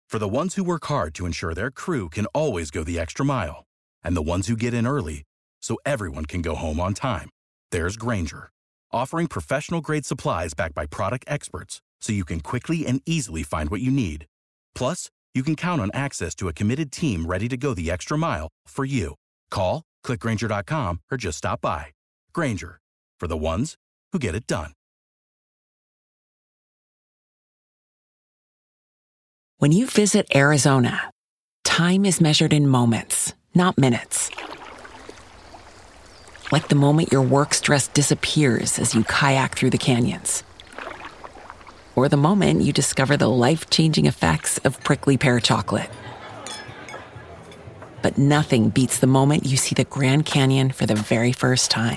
For the ones who work hard to ensure their crew can always go the extra mile, and the ones who get in early so everyone can go home on time, there's Grainger, offering professional-grade supplies backed by product experts so you can quickly and easily find what you need. Plus, you can count on access to a committed team ready to go the extra mile for you. Call, click Grainger.com, or just stop by. Grainger, for the ones who get it done. When you visit Arizona, time is measured in moments, not minutes. Like the moment your work stress disappears as you kayak through the canyons. Or the moment you discover the life-changing effects of prickly pear chocolate. But nothing beats the moment you see the Grand Canyon for the very first time.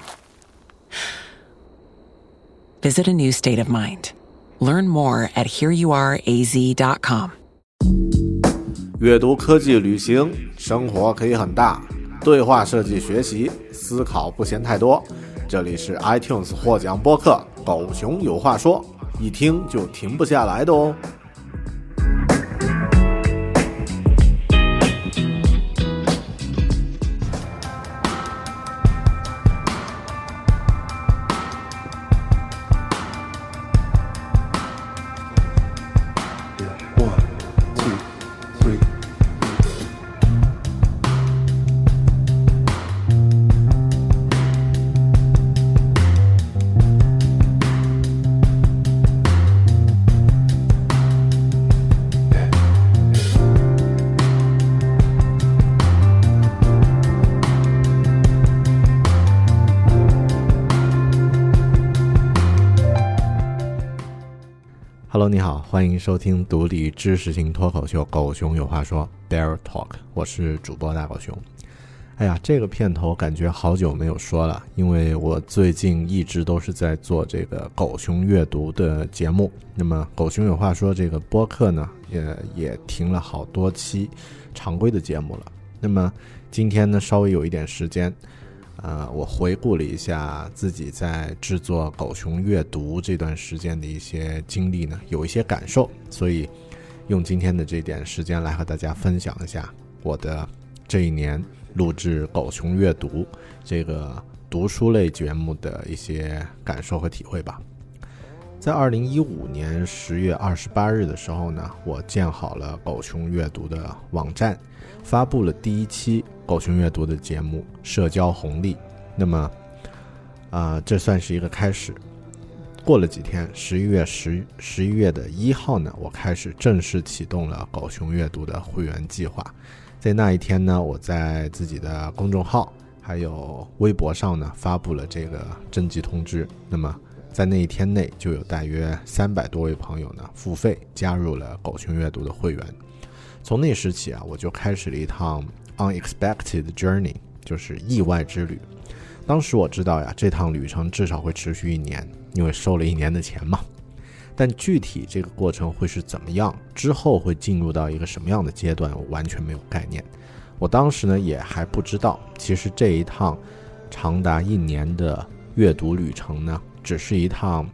Visit a new state of mind. Learn more at hereyouareaz.com. 阅读、科技、旅行，生活可以很大。对话设计学习，思考不嫌太多。这里是 iTunes 获奖播客《狗熊有话说》，一听就停不下来的哦。Hello， 你好，欢迎收听独立知识性脱口秀《狗熊有话说》Bear Talk， 我是主播大狗熊。哎呀，这个片头感觉好久没有说了，因为我最近一直都是在做这个狗熊阅读的节目。那么狗熊有话说这个播客呢，也停了好多期常规的节目了。那么今天呢，稍微有一点时间。我回顾了一下自己在制作狗熊阅读这段时间的一些经历呢，有一些感受，所以用今天的这点时间来和大家分享一下我的这一年录制狗熊阅读这个读书类节目的一些感受和体会吧。在2015年10月28日的时候呢，我建好了狗熊阅读的网站，发布了第一期狗熊阅读的节目社交红利。那么这算是一个开始。过了几天11月的1号呢，我开始正式启动了狗熊阅读的会员计划。在那一天呢，我在自己的公众号还有微博上呢发布了这个征集通知。那么在那一天内就有大约300多位朋友呢付费加入了狗熊阅读的会员。从那时起我就开始了一趟 unexpected journey， 就是意外之旅。当时我知道这趟旅程至少会持续1年，因为收了1年的钱嘛。但具体这个过程会是怎么样，之后会进入到一个什么样的阶段，我完全没有概念。我当时呢也还不知道，其实这一趟长达1年的阅读旅程呢，只是一趟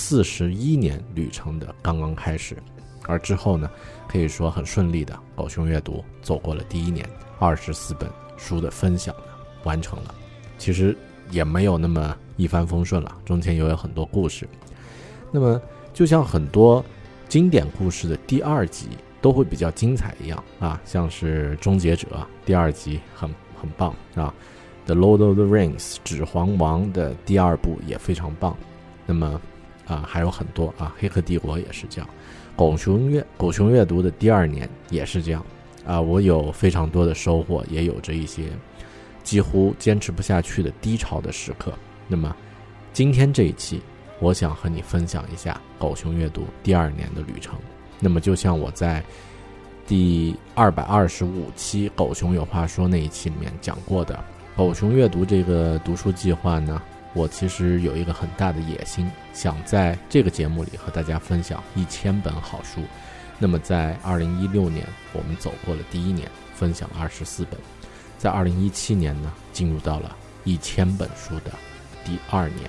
41年旅程的刚刚开始。而之后呢，可以说很顺利的狗熊阅读走过了第1年，24本书的分享呢完成了。其实也没有那么一帆风顺了，中间也有很多故事。那么就像很多经典故事的第2集都会比较精彩一样像是终结者第2集很棒The Lord of the Rings 指环王的第2部也非常棒。那么还有很多黑客帝国也是这样。狗熊阅读的第2年也是这样我有非常多的收获，也有着一些几乎坚持不下去的低潮的时刻。那么今天这一期我想和你分享一下狗熊阅读第2年的旅程。那么就像我在第225期狗熊有话说那一期里面讲过的，狗熊阅读这个读书计划呢，我其实有一个很大的野心，想在这个节目里和大家分享1000本好书。那么在2016年我们走过了第1年，分享了24本。在2017年呢，进入到了1000本书的第2年。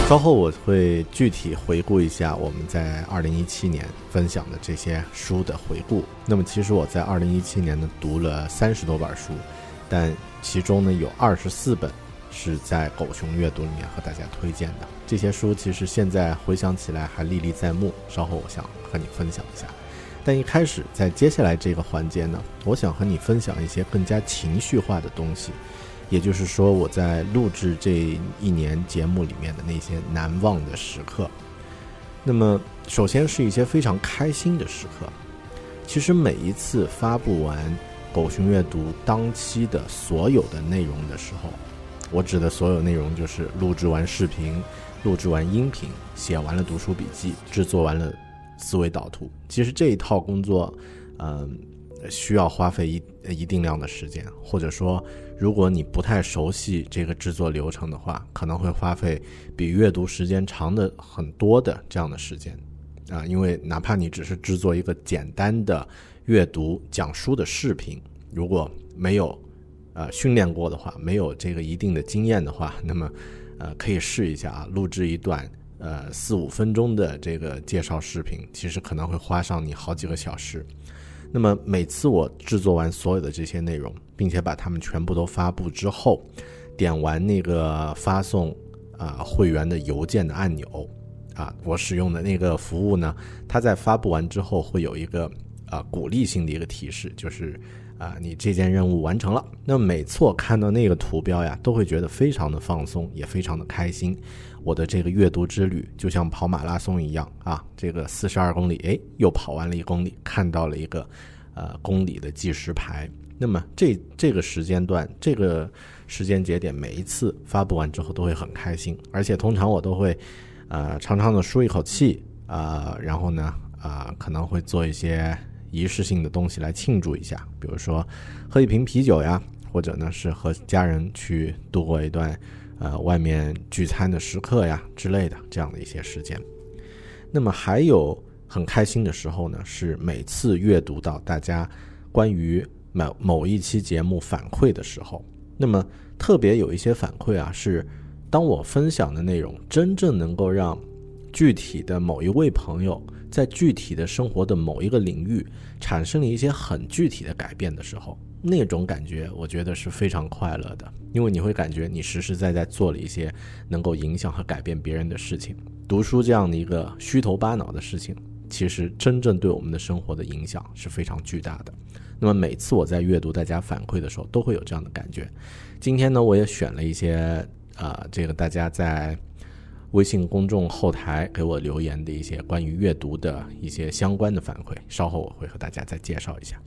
稍后我会具体回顾一下我们在2017年分享的这些书的回顾。那么其实我在2017年呢读了30多本书，但其中呢有24本是在狗熊阅读里面和大家推荐的。这些书其实现在回想起来还历历在目，稍后我想和你分享一下。但一开始在接下来这个环节呢，我想和你分享一些更加情绪化的东西，也就是说我在录制这一年节目里面的那些难忘的时刻。那么首先是一些非常开心的时刻。其实每一次发布完狗熊阅读当期的所有的内容的时候，我指的所有内容就是录制完视频，录制完音频，写完了读书笔记，制作完了思维导图。其实这一套工作需要花费一定量的时间，或者说如果你不太熟悉这个制作流程的话，可能会花费比阅读时间长的很多的这样的时间因为哪怕你只是制作一个简单的阅读讲书的视频，如果没有训练过的话，没有这个一定的经验的话，那么可以试一下录制一段4-5分钟的这个介绍视频，其实可能会花上你好几个小时。那么每次我制作完所有的这些内容，并且把它们全部都发布之后，点完那个发送会员的邮件的按钮我使用的那个服务呢，它在发布完之后会有一个鼓励性的一个提示，就是你这件任务完成了。那么每次我看到那个图标呀，都会觉得非常的放松，也非常的开心。我的这个阅读之旅就像跑马拉松一样这个42公里又跑完了1公里，看到了一个公里的计时牌。那么这个时间段，这个时间节点，每一次发布完之后都会很开心，而且通常我都会长长的舒一口气然后呢可能会做一些仪式性的东西来庆祝一下，比如说喝一瓶啤酒呀，或者呢是和家人去度过一段外面聚餐的时刻呀之类的这样的一些时间。那么还有很开心的时候呢，是每次阅读到大家关于某一期节目反馈的时候。那么特别有一些反馈是当我分享的内容真正能够让具体的某一位朋友在具体的生活的某一个领域产生了一些很具体的改变的时候，那种感觉我觉得是非常快乐的，因为你会感觉你实实在在做了一些能够影响和改变别人的事情。读书这样的一个虚头巴脑的事情，其实真正对我们的生活的影响是非常巨大的。那么每次我在阅读大家反馈的时候，都会有这样的感觉。今天呢，我也选了一些这个大家在微信公众后台给我留言的一些关于阅读的一些相关的反馈，稍后我会和大家再介绍一下。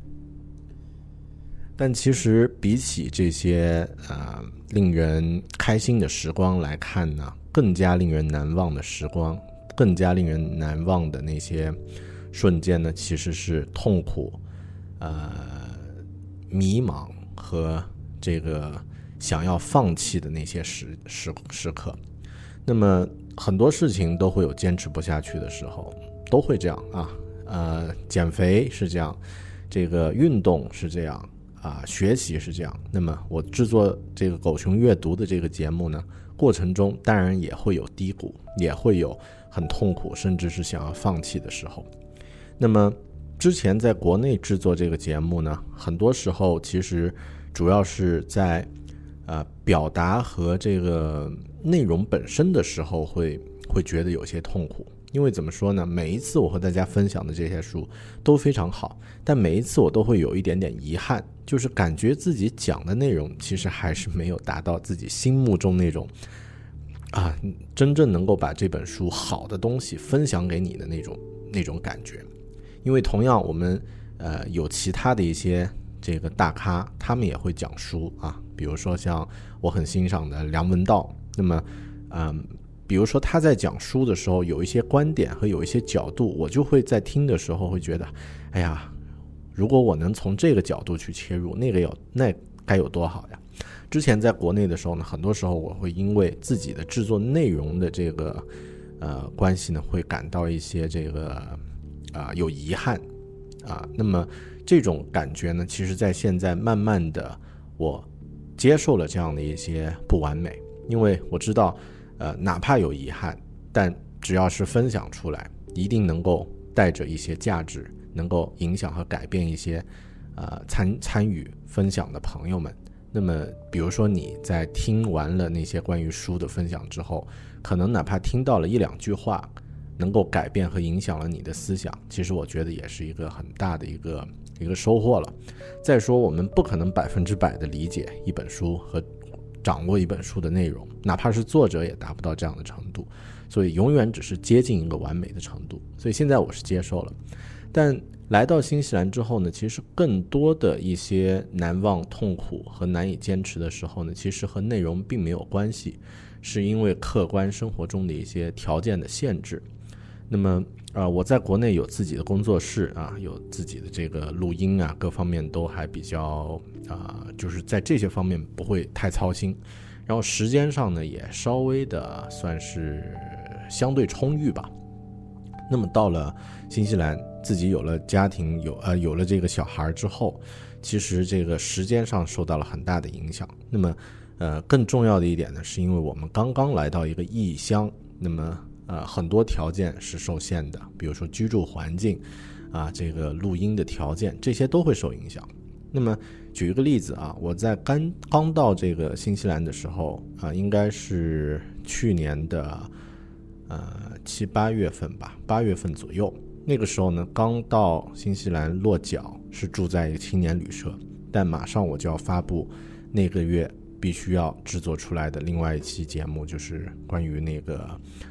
但其实比起这些令人开心的时光来看呢，更加令人难忘的时光，更加令人难忘的那些瞬间呢，其实是痛苦迷茫和这个想要放弃的那些时刻。那么很多事情都会有坚持不下去的时候，都会这样减肥是这样，这个运动是这样学习是这样。那么我制作这个狗熊阅读的这个节目呢，过程中当然也会有低谷，也会有很痛苦甚至是想要放弃的时候。那么之前在国内制作这个节目呢，很多时候其实主要是在表达和这个内容本身的时候会觉得有些痛苦。因为怎么说呢，每一次我和大家分享的这些书都非常好，但每一次我都会有一点点遗憾，就是感觉自己讲的内容其实还是没有达到自己心目中那种真正能够把这本书好的东西分享给你的那种感觉。因为同样我们有其他的一些这个大咖，他们也会讲书比如说像我很欣赏的梁文道。那么比如说他在讲书的时候有一些观点和有一些角度，我就会在听的时候会觉得，哎呀，如果我能从这个角度去切入，那该有多好呀。之前在国内的时候呢，很多时候我会因为自己的制作内容的这个关系呢，会感到一些这个有遗憾那么这种感觉呢，其实在现在慢慢的我接受了这样的一些不完美。因为我知道哪怕有遗憾，但只要是分享出来，一定能够带着一些价值，能够影响和改变一些参与分享的朋友们。那么比如说你在听完了那些关于书的分享之后，可能哪怕听到了一两句话能够改变和影响了你的思想，其实我觉得也是一个很大的一个收获了。再说我们不可能100%的理解一本书和掌握一本书的内容，哪怕是作者也达不到这样的程度，所以永远只是接近一个完美的程度。所以现在我是接受了，但来到新西兰之后呢，其实更多的一些难忘、痛苦和难以坚持的时候呢，其实和内容并没有关系，是因为客观生活中的一些条件的限制。那么我在国内有自己的工作室啊，有自己的这个录音啊，各方面都还比较就是在这些方面不会太操心，然后时间上呢也稍微的算是相对充裕吧。那么到了新西兰，自己有了家庭，有了这个小孩之后，其实这个时间上受到了很大的影响。那么更重要的一点呢，是因为我们刚刚来到一个异乡，那么很多条件是受限的，比如说居住环境啊，这个录音的条件，这些都会受影响。那么举一个例子啊，我在刚到这个新西兰的时候应该是去年的7、8月份吧，8月份左右。那个时候呢，刚到新西兰落脚，是住在一个青年旅社，但马上我就要发布那个月必须要制作出来的另外一期节目，就是关于那个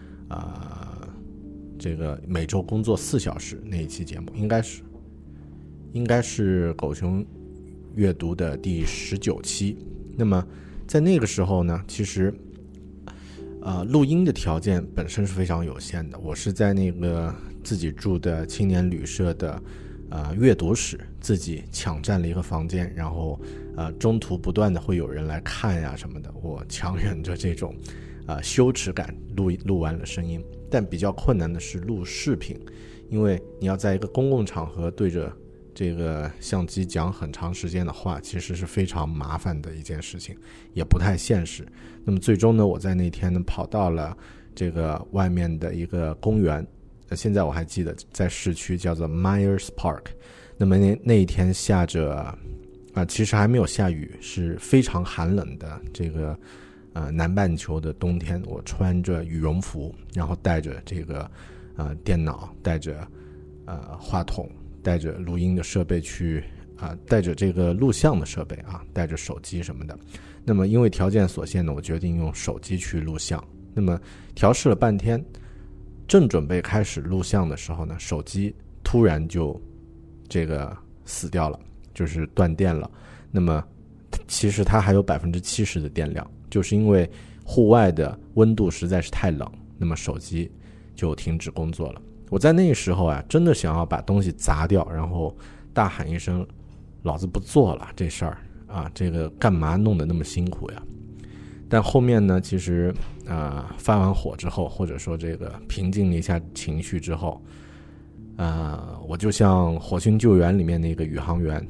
这个每周工作4小时那一期节目，应该是狗熊阅读的第19期。那么在那个时候呢，其实录音的条件本身是非常有限的。我是在那个自己住的青年旅社的阅读室自己抢占了一个房间，然后中途不断的会有人来看呀什么的，我强忍着这种羞耻感录完了声音。但比较困难的是录视频，因为你要在一个公共场合对着这个相机讲很长时间的话，其实是非常麻烦的一件事情，也不太现实。那么最终呢，我在那天呢跑到了这个外面的一个公园，现在我还记得在市区叫做 Myers Park。 那么那一天下着其实还没有下雨，是非常寒冷的这个南半球的冬天。我穿着羽绒服，然后带着这个电脑，带着话筒，带着录音的设备去带着这个录像的设备带着手机什么的。那么因为条件所限呢，我决定用手机去录像。那么调试了半天，正准备开始录像的时候呢，手机突然就这个死掉了，就是断电了。那么其实它还有70%的电量，就是因为户外的温度实在是太冷，那么手机就停止工作了。我在那个时候真的想要把东西砸掉，然后大喊一声老子不做了这事儿这个干嘛弄得那么辛苦呀。但后面呢，其实发完火之后，或者说这个平静了一下情绪之后我就像火星救援里面那个宇航员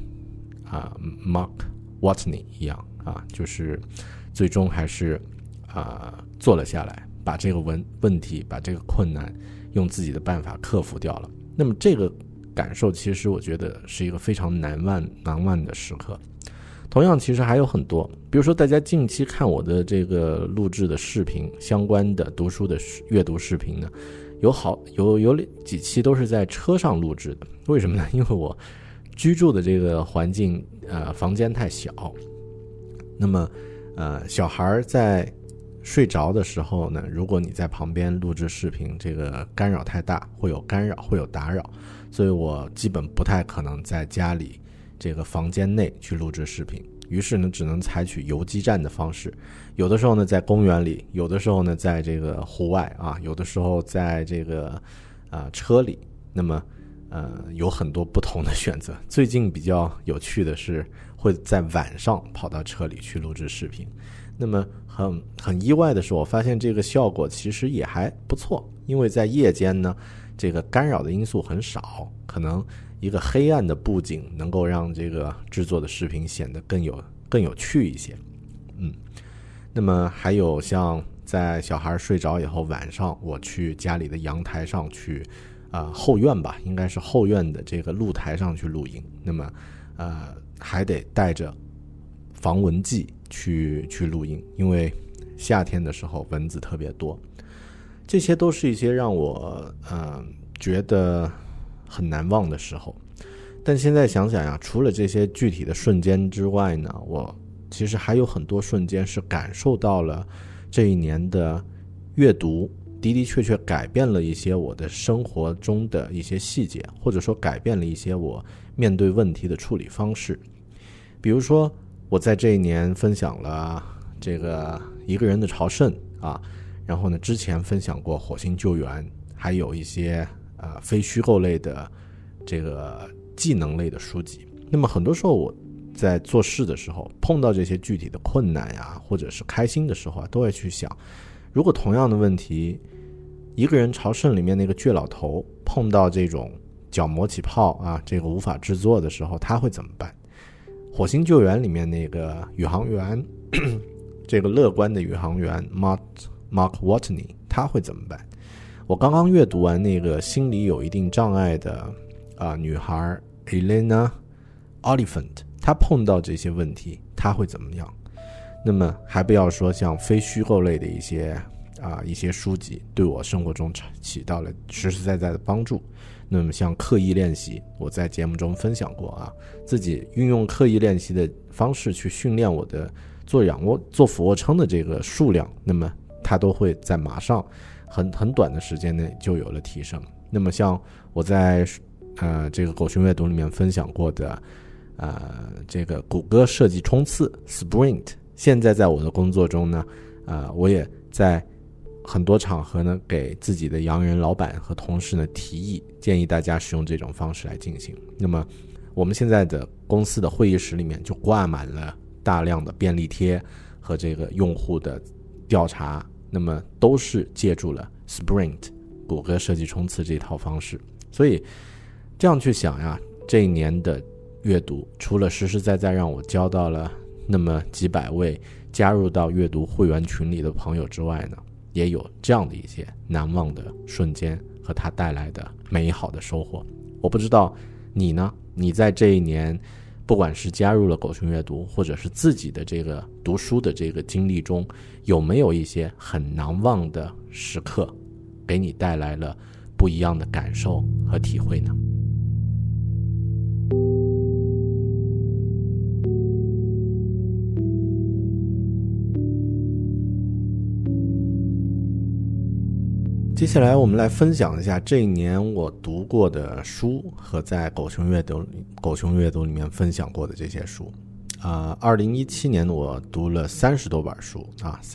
Mark Watney 一样就是最终还是做了下来，把这个问题，把这个困难用自己的办法克服掉了。那么这个感受其实我觉得是一个非常难忘的时刻。同样其实还有很多，比如说大家近期看我的这个录制的视频，相关的读书的阅读视频呢，有几期都是在车上录制的。为什么呢？因为我居住的这个环境房间太小，那么小孩在睡着的时候呢，如果你在旁边录制视频，这个干扰太大，会有干扰，会有打扰，所以我基本不太可能在家里这个房间内去录制视频。于是呢，只能采取游击战的方式，有的时候呢在公园里，有的时候呢在这个户外有的时候在这个车里。那么有很多不同的选择。最近比较有趣的是会在晚上跑到车里去录制视频。那么很意外的是，我发现这个效果其实也还不错，因为在夜间呢，这个干扰的因素很少，可能一个黑暗的布景能够让这个制作的视频显得更有趣一些。那么还有像在小孩睡着以后，晚上我去家里的阳台上去后院吧，应该是后院的这个露台上去露营，那么还得带着防蚊剂去露营，因为夏天的时候蚊子特别多。这些都是一些让我觉得很难忘的时候。但现在想想呀，除了这些具体的瞬间之外呢，我其实还有很多瞬间是感受到了这一年的阅读的的确确改变了一些我的生活中的一些细节，或者说改变了一些我面对问题的处理方式。比如说我在这一年分享了这个一个人的朝圣然后呢之前分享过火星救援，还有一些非虚构类的这个技能类的书籍。那么很多时候我在做事的时候碰到这些具体的困难或者是开心的时候都会去想，如果同样的问题一个人朝圣里面那个倔老头碰到这种角膜起泡这个无法制作的时候他会怎么办？火星救援里面那个宇航员这个乐观的宇航员 Mark Watney 他会怎么办？我刚刚阅读完那个心理有一定障碍的女孩 Elena Oliphant， 她碰到这些问题她会怎么样？那么还不要说像非虚构类的一些书籍对我生活中起到了实实在在的帮助。那么像刻意练习，我在节目中分享过自己运用刻意练习的方式去训练我的做俯卧撑的这个数量，那么它都会在马上很短的时间内就有了提升。那么像我在这个狗熊阅读里面分享过的这个谷歌设计冲刺 Sprint， 现在在我的工作中呢我也在很多场合呢给自己的洋人老板和同事呢提议建议大家使用这种方式来进行。那么我们现在的公司的会议室里面就挂满了大量的便利贴和这个用户的调查，那么都是借助了 Sprint 谷歌设计冲刺这套方式。所以这样去想这一年的阅读除了实实在在让我交到了那么几百位加入到阅读会员群里的朋友之外呢，也有这样的一些难忘的瞬间和它带来的美好的收获。我不知道你呢，你在这一年不管是加入了狗熊阅读或者是自己的这个读书的这个经历中，有没有一些很难忘的时刻给你带来了不一样的感受和体会呢？接下来我们来分享一下这一年我读过的书和在狗熊阅读里面分享过的这些书。2017年我读了30多本书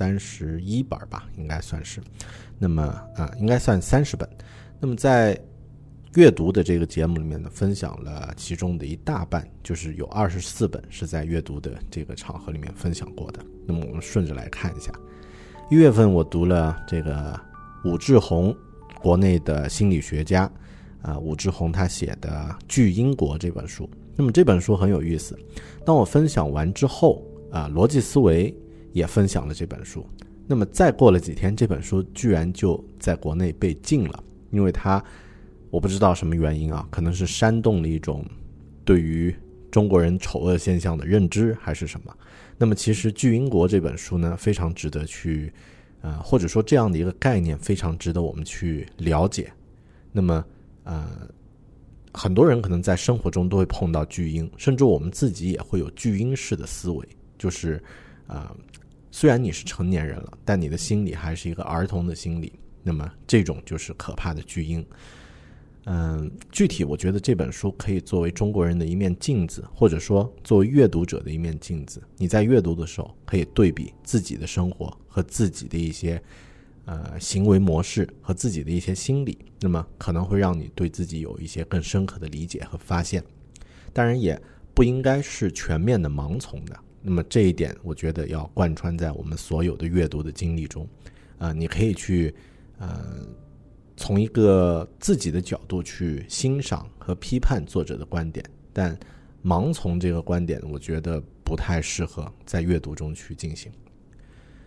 31本吧，应该算是。那么应该算30本。那么在阅读的这个节目里面呢，分享了其中的一大半，就是有24本是在阅读的这个场合里面分享过的。那么我们顺着来看一下。1月份我读了这个武志红，国内的心理学家武志红他写的《巨婴国》这本书。那么这本书很有意思，当我分享完之后逻辑思维也分享了这本书。那么再过了几天，这本书居然就在国内被禁了，因为它我不知道什么原因可能是煽动了一种对于中国人丑恶现象的认知还是什么。那么其实《巨婴国》这本书呢，非常值得去或者说这样的一个概念非常值得我们去了解。那么很多人可能在生活中都会碰到巨婴，甚至我们自己也会有巨婴式的思维，就是虽然你是成年人了，但你的心理还是一个儿童的心理，那么这种就是可怕的巨婴。具体我觉得这本书可以作为中国人的一面镜子，或者说作为阅读者的一面镜子。你在阅读的时候可以对比自己的生活和自己的一些行为模式和自己的一些心理，那么可能会让你对自己有一些更深刻的理解和发现。当然也不应该是全面的盲从的，那么这一点我觉得要贯穿在我们所有的阅读的经历中。你可以去从一个自己的角度去欣赏和批判作者的观点，但盲从这个观点我觉得不太适合在阅读中去进行。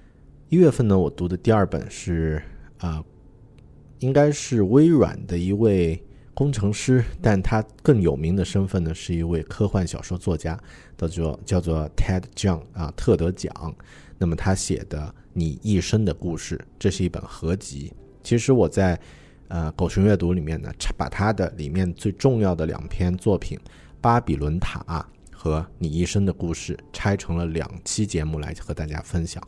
1月份呢，我读的第二本是应该是微软的一位工程师，但他更有名的身份呢是一位科幻小说作家，叫做 Ted Chiang 特德奖。那么他写的《你一生的故事》，这是一本合集。其实我在狗熊阅读里面呢，把他的里面最重要的2篇作品《巴比伦塔》和《你一生的故事》拆成了2期节目来和大家分享。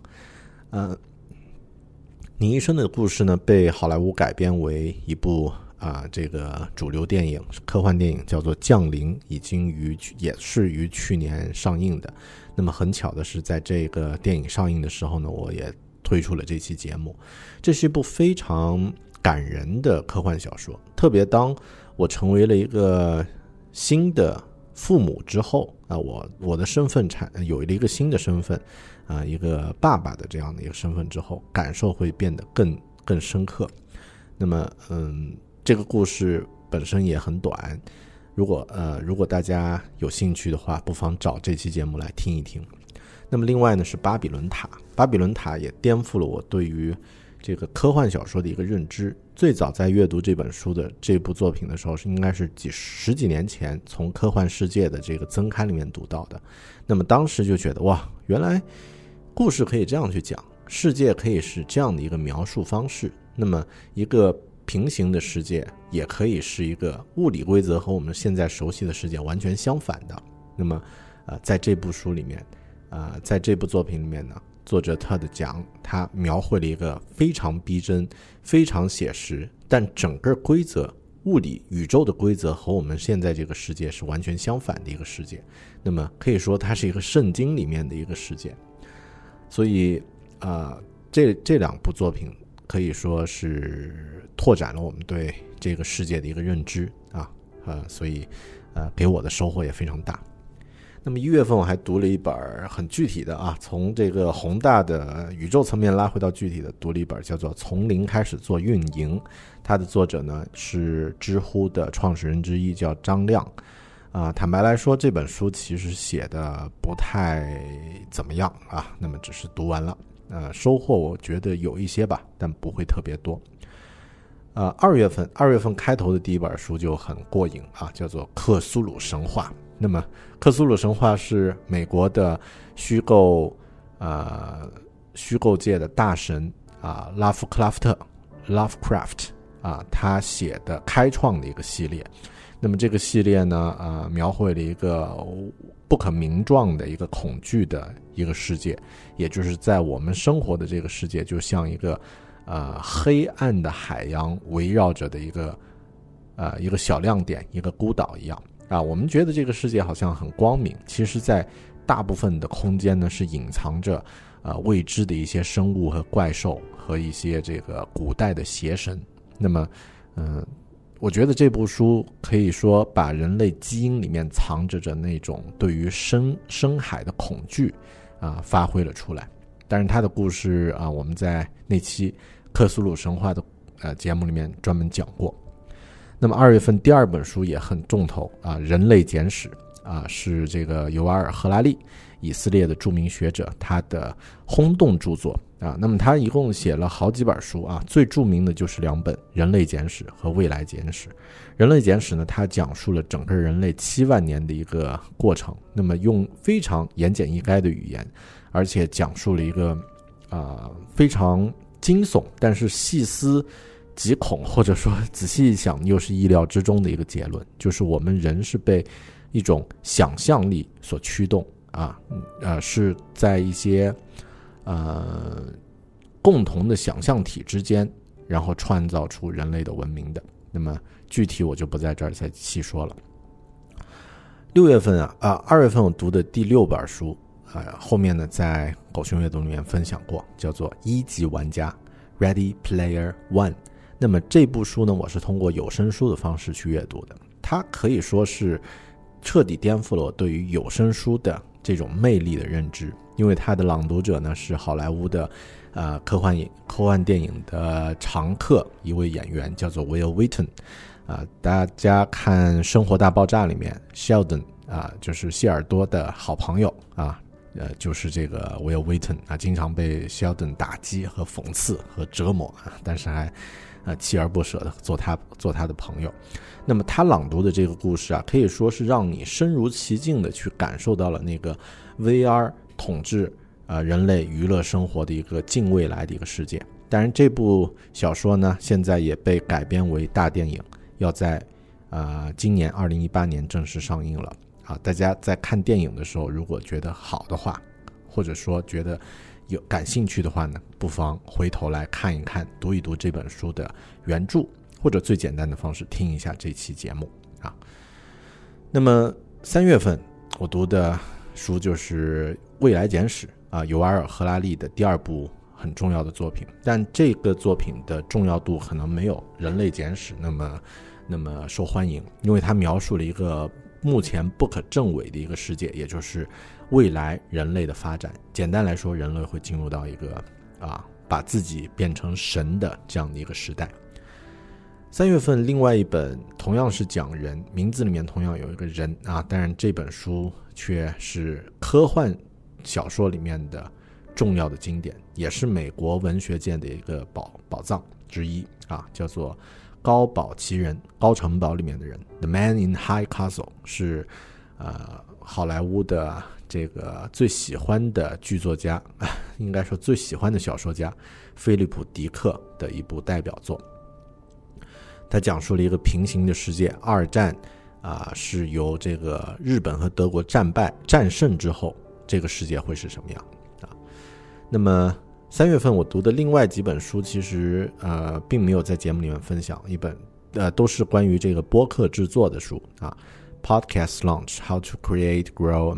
你一生的故事呢，被好莱坞改编为一部这个主流电影，科幻电影，叫做《降临》，也是于去年上映的。那么很巧的是，在这个电影上映的时候呢，我也推出了这期节目。这是一部非常感人的科幻小说，特别当我成为了一个新的父母之后我的身份有了一个新的身份一个爸爸的这样的一个身份之后，感受会变得更深刻。那么这个故事本身也很短，如果大家有兴趣的话，不妨找这期节目来听一听。那么另外呢是巴比伦塔，巴比伦塔也颠覆了我对于这个科幻小说的一个认知。最早在阅读这本书的这部作品的时候，应该是十几年前从科幻世界的这个增刊里面读到的。那么当时就觉得哇，原来故事可以这样去讲，世界可以是这样的一个描述方式。那么一个平行的世界也可以是一个物理规则和我们现在熟悉的世界完全相反的。那么在这部书里面在这部作品里面呢，作者特的讲，他描绘了一个非常逼真非常写实，但整个规则物理宇宙的规则和我们现在这个世界是完全相反的一个世界。那么可以说它是一个圣经里面的一个世界。所以这2部作品可以说是拓展了我们对这个世界的一个认知所以给我的收获也非常大。那么1月份我还读了一本很具体的从这个宏大的宇宙层面拉回到具体的，读了一本叫做《从零开始做运营》，它的作者呢是知乎的创始人之一，叫张亮。坦白来说，这本书其实写的不太怎么样那么只是读完了，收获我觉得有一些吧，但不会特别多。2月份开头的第一本书就很过瘾叫做《克苏鲁神话》。那么克苏鲁神话是美国的虚构界的大神Lovecraft 他写的开创的一个系列。那么这个系列呢描绘了一个不可名状的一个恐惧的一个世界，也就是在我们生活的这个世界就像一个黑暗的海洋围绕着的一个小亮点，一个孤岛一样我们觉得这个世界好像很光明，其实在大部分的空间呢是隐藏着未知的一些生物和怪兽和一些这个古代的邪神。那么我觉得这部书可以说把人类基因里面藏着那种对于深海的恐惧发挥了出来。但是他的故事我们在那期克苏鲁神话的节目里面专门讲过。那么2月份第2本书也很重头人类简史是这个尤瓦尔·赫拉利，以色列的著名学者，他的轰动著作那么他一共写了好几本书最著名的就是2本《人类简史》和《未来简史》。《人类简史》呢，它讲述了整个人类7万年的一个过程，那么用非常言简意赅的语言，而且讲述了一个非常惊悚但是细思极恐，或者说仔细一想又是意料之中的一个结论，就是我们人是被一种想象力所驱动是在一些共同的想象体之间，然后创造出人类的文明的。那么具体我就不在这儿再细说了。2月份我读的第6本书后面呢在狗熊阅读里面分享过，叫做1级玩家 Ready Player One。 那么这部书呢，我是通过有声书的方式去阅读的，它可以说是彻底颠覆了我对于有声书的这种魅力的认知。因为它的朗读者呢是好莱坞的科幻电影的常客，一位演员叫做 Will Wheaton。大家看《生活大爆炸》里面 Sheldon 就是谢尔多的好朋友就是这个 Will Wheaton 啊，经常被 Sheldon 打击和讽刺和折磨啊，但是还锲而不舍的做他的朋友。那么他朗读的这个故事啊，可以说是让你身如其境的去感受到了那个 VR 统治人类娱乐生活的一个近未来的一个世界。当然这部小说呢现在也被改编为大电影，要在今年2018年正式上映了啊。大家在看电影的时候如果觉得好的话，或者说觉得有感兴趣的话呢，不妨回头来看一看，读一读这本书的原著，或者最简单的方式听一下这期节目啊。那么3月份我读的书就是《未来简史》啊，尤瓦尔·赫拉利的第2部很重要的作品，但这个作品的重要度可能没有《人类简史》那么受欢迎，因为它描述了一个目前不可证伪的一个世界，也就是未来人类的发展。简单来说，人类会进入到一个把自己变成神的这样的一个时代。3月份另外一本同样是讲人，名字里面同样有一个人啊，当然这本书却是科幻小说里面的重要的经典，也是美国文学界的一个宝藏之一啊，叫做高堡奇人，高城堡里面的人 The Man in High Castle， 是好莱坞的这个最喜欢的剧作家，应该说最喜欢的小说家菲利普·迪克的一部代表作。他讲述了一个平行的世界，二战是由这个日本和德国战胜之后，这个世界会是什么样啊？那么3月份我读的另外几本书，其实并没有在节目里面分享，一本都是关于这个播客制作的书啊。Podcast Launch: How to Create, Grow,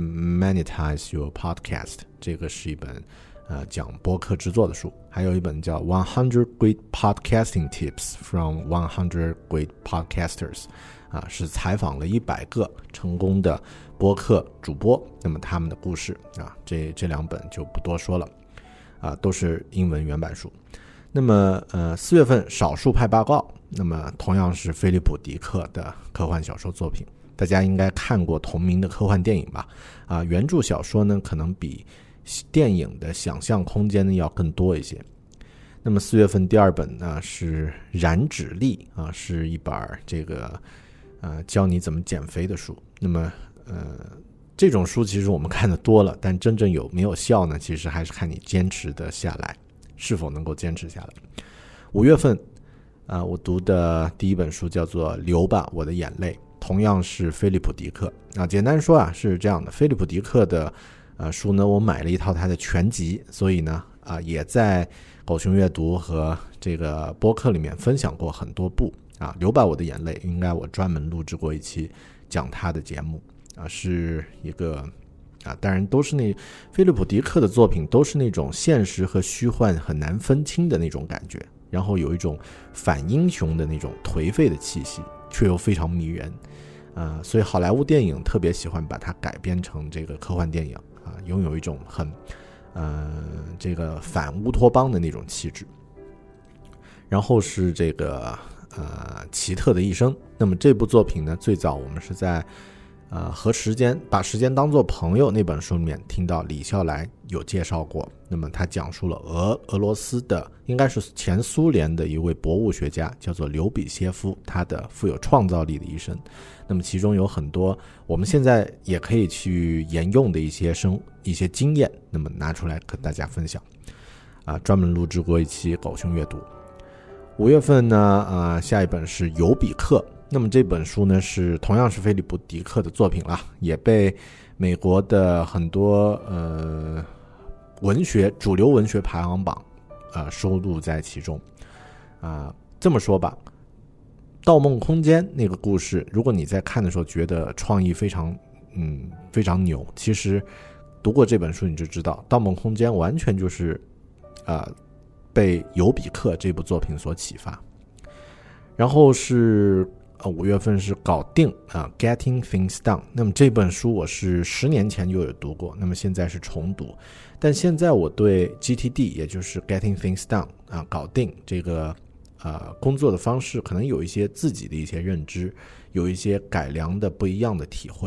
Monetize Your Podcast， 这个是一本讲播客制作的书。还有一本叫100 Great Podcasting Tips from 100 Great Podcasters， 是采访了100个成功的播客主播，那么他们的故事啊，这2本就不多说了都是英文原版书。那么4月份少数派报告，那么同样是菲利普·迪克的科幻小说作品，大家应该看过同名的科幻电影吧？原著小说呢可能比电影的想象空间呢要更多一些。那么4月份第2本呢是燃脂力是一本这个教你怎么减肥的书。那么这种书其实我们看的多了，但真正有没有效呢？其实还是看你坚持的下来，是否能够坚持下来。5月份我读的第1本书叫做《流吧我的眼泪》，同样是菲利普·迪克简单说是这样的，菲利普·迪克的书呢，我买了一套他的全集，所以呢也在狗熊阅读和这个播客里面分享过很多部流吧我的眼泪应该我专门录制过一期讲他的节目是一个当然都是菲利普·迪克的作品都是那种现实和虚幻很难分清的那种感觉，然后有一种反英雄的那种颓废的气息，却又非常迷人所以好莱坞电影特别喜欢把它改编成这个科幻电影拥有一种很这个反乌托邦的那种气质。然后是这个奇特的一生，那么这部作品呢，最早我们是在把时间当作朋友那本书里面听到李笑来有介绍过。那么他讲述了俄罗斯的应该是前苏联的一位博物学家叫做刘比歇夫，他的富有创造力的一生。那么其中有很多我们现在也可以去沿用的一些经验，那么拿出来跟大家分享专门录制过一期狗熊阅读。5月份呢下一本是尤比克，那么这本书呢是同样是菲利普·迪克的作品了，也被美国的很多主流文学排行榜收录在其中这么说吧，盗梦空间那个故事，如果你在看的时候觉得创意非常牛，其实读过这本书你就知道盗梦空间完全就是被尤比克这部作品所启发。然后是5月份是搞定Getting Things Done， 那么这本书我是10年前就有读过，那么现在是重读，但现在我对 GTD 也就是 Getting Things Done 搞定这个工作的方式可能有一些自己的一些认知，有一些改良的不一样的体会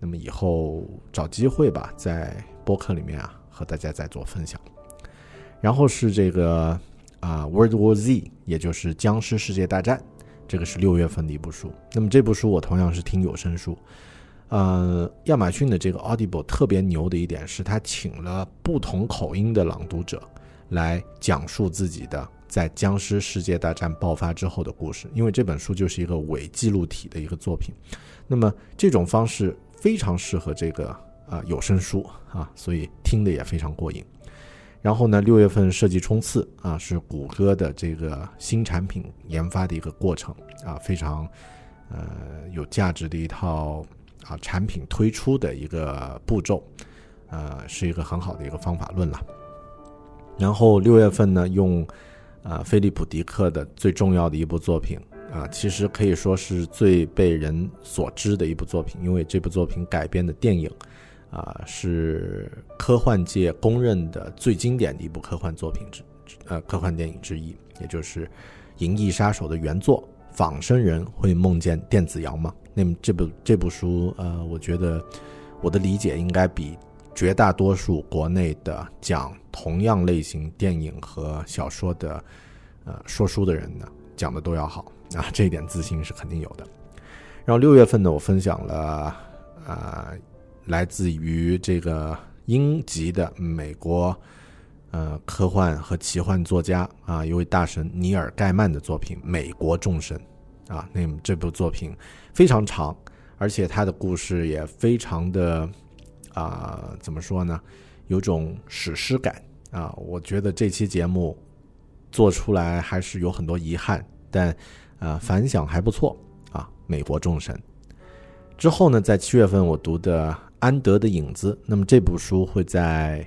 那么以后找机会吧，在播客里面啊和大家再做分享。然后是这个World War Z， 也就是僵尸世界大战，这个是6月份的一部书。那么这部书我同样是听有声书。亚马逊的这个 Audible 特别牛的一点是，他请了不同口音的朗读者来讲述自己的在僵尸世界大战爆发之后的故事，因为这本书就是一个伪记录体的一个作品。那么这种方式非常适合这个有声书啊，所以听的也非常过瘾。然后呢，6月份设计冲刺啊，是谷歌的这个新产品研发的一个过程啊，非常有价值的一套产品推出的一个步骤，是一个很好的一个方法论了。然后6月份呢，用菲利普·迪克的最重要的一部作品其实可以说是最被人所知的一部作品，因为这部作品改编的电影是科幻界公认的最经典的一部科幻电影之一，也就是《银翼杀手》的原作《仿生人会梦见电子羊吗》。那么这部书我觉得我的理解应该比绝大多数国内的讲同样类型电影和小说的说书的人呢讲的都要好这一点自信是肯定有的。然后6月份呢，我分享了来自于这个英籍的美国科幻和奇幻作家一位大神尼尔盖曼的作品《美国众神》那么这部作品非常长，而且他的故事也非常的怎么说呢，有种史诗感我觉得这期节目做出来还是有很多遗憾，但反响还不错美国众神。之后呢，在7月份我读的安德的影子，那么这部书会在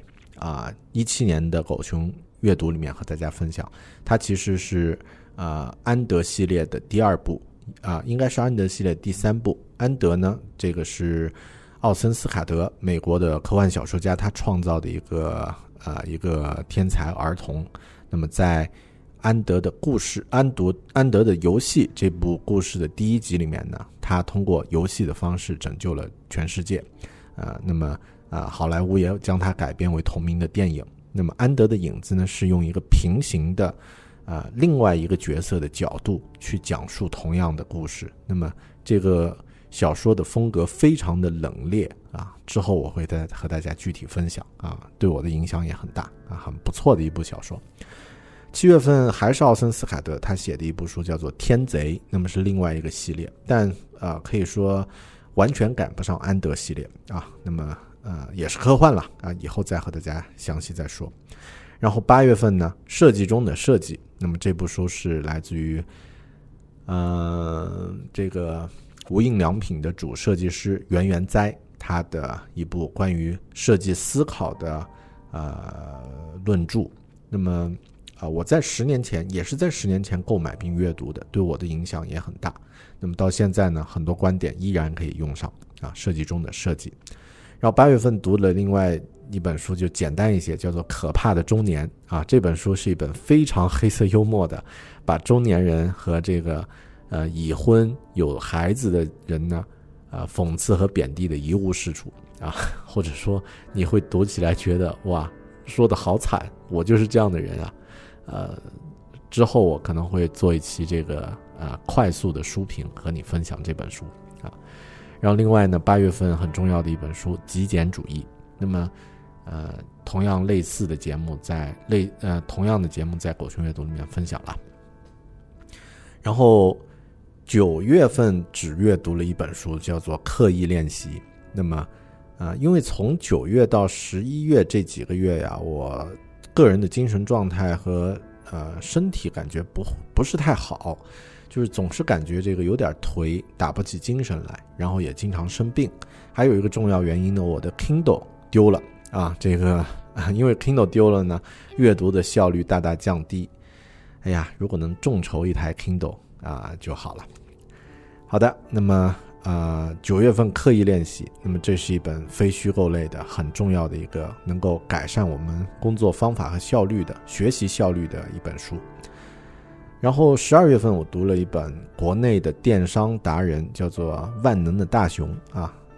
17年的狗熊阅读里面和大家分享。它其实是安德系列的第2部应该是安德系列第3部。安德呢，这个是奥森斯卡德，美国的科幻小说家，他创造的一个天才儿童。那么在安德的故事，安德的游戏这部故事的第1集里面呢，他通过游戏的方式拯救了全世界。那么好莱坞也将它改编为同名的电影。那么安德的影子呢，是用一个平行的另外一个角色的角度去讲述同样的故事。那么这个小说的风格非常的冷冽之后我会再和大家具体分享对我的影响也很大很不错的一部小说。7月份还是奥森斯卡德他写的一部书叫做《天贼》，那么是另外一个系列，但可以说完全赶不上安德系列那么也是科幻了以后再和大家详细再说。然后8月份呢，设计中的设计，那么这部书是来自于这个无印良品的主设计师袁元哉，他的一部关于设计思考的论著。那么我在10年前也是在10年前购买并阅读的，对我的影响也很大。那么到现在呢，很多观点依然可以用上设计中的设计。然后8月份读了另外一本书，就简单一些，叫做《可怕的中年》这本书是一本非常黑色幽默的，把中年人和这个已婚有孩子的人呢讽刺和贬低的一无是处或者说你会读起来觉得哇，说的好惨，我就是这样的人之后我可能会做一期这个快速的书评和你分享这本书然后另外呢，8月份很重要的一本书《极简主义》，那么同样类似的节目同样的节目在狗熊阅读里面分享了。然后9月份只阅读了一本书，叫做《刻意练习》。那么因为从9月到11月这几个月呀，我个人的精神状态和身体感觉不是太好，就是总是感觉这个有点颓，打不起精神来，然后也经常生病。还有一个重要原因呢，我的 Kindle 丢了这个因为 Kindle 丢了呢，阅读的效率大大降低。哎呀，如果能众筹一台 Kindle就好了。好的，那么9月份刻意练习，那么这是一本非虚构类的很重要的一个能够改善我们工作方法和效率的学习效率的一本书。然后12月份我读了一本国内的电商达人，叫做万能的大熊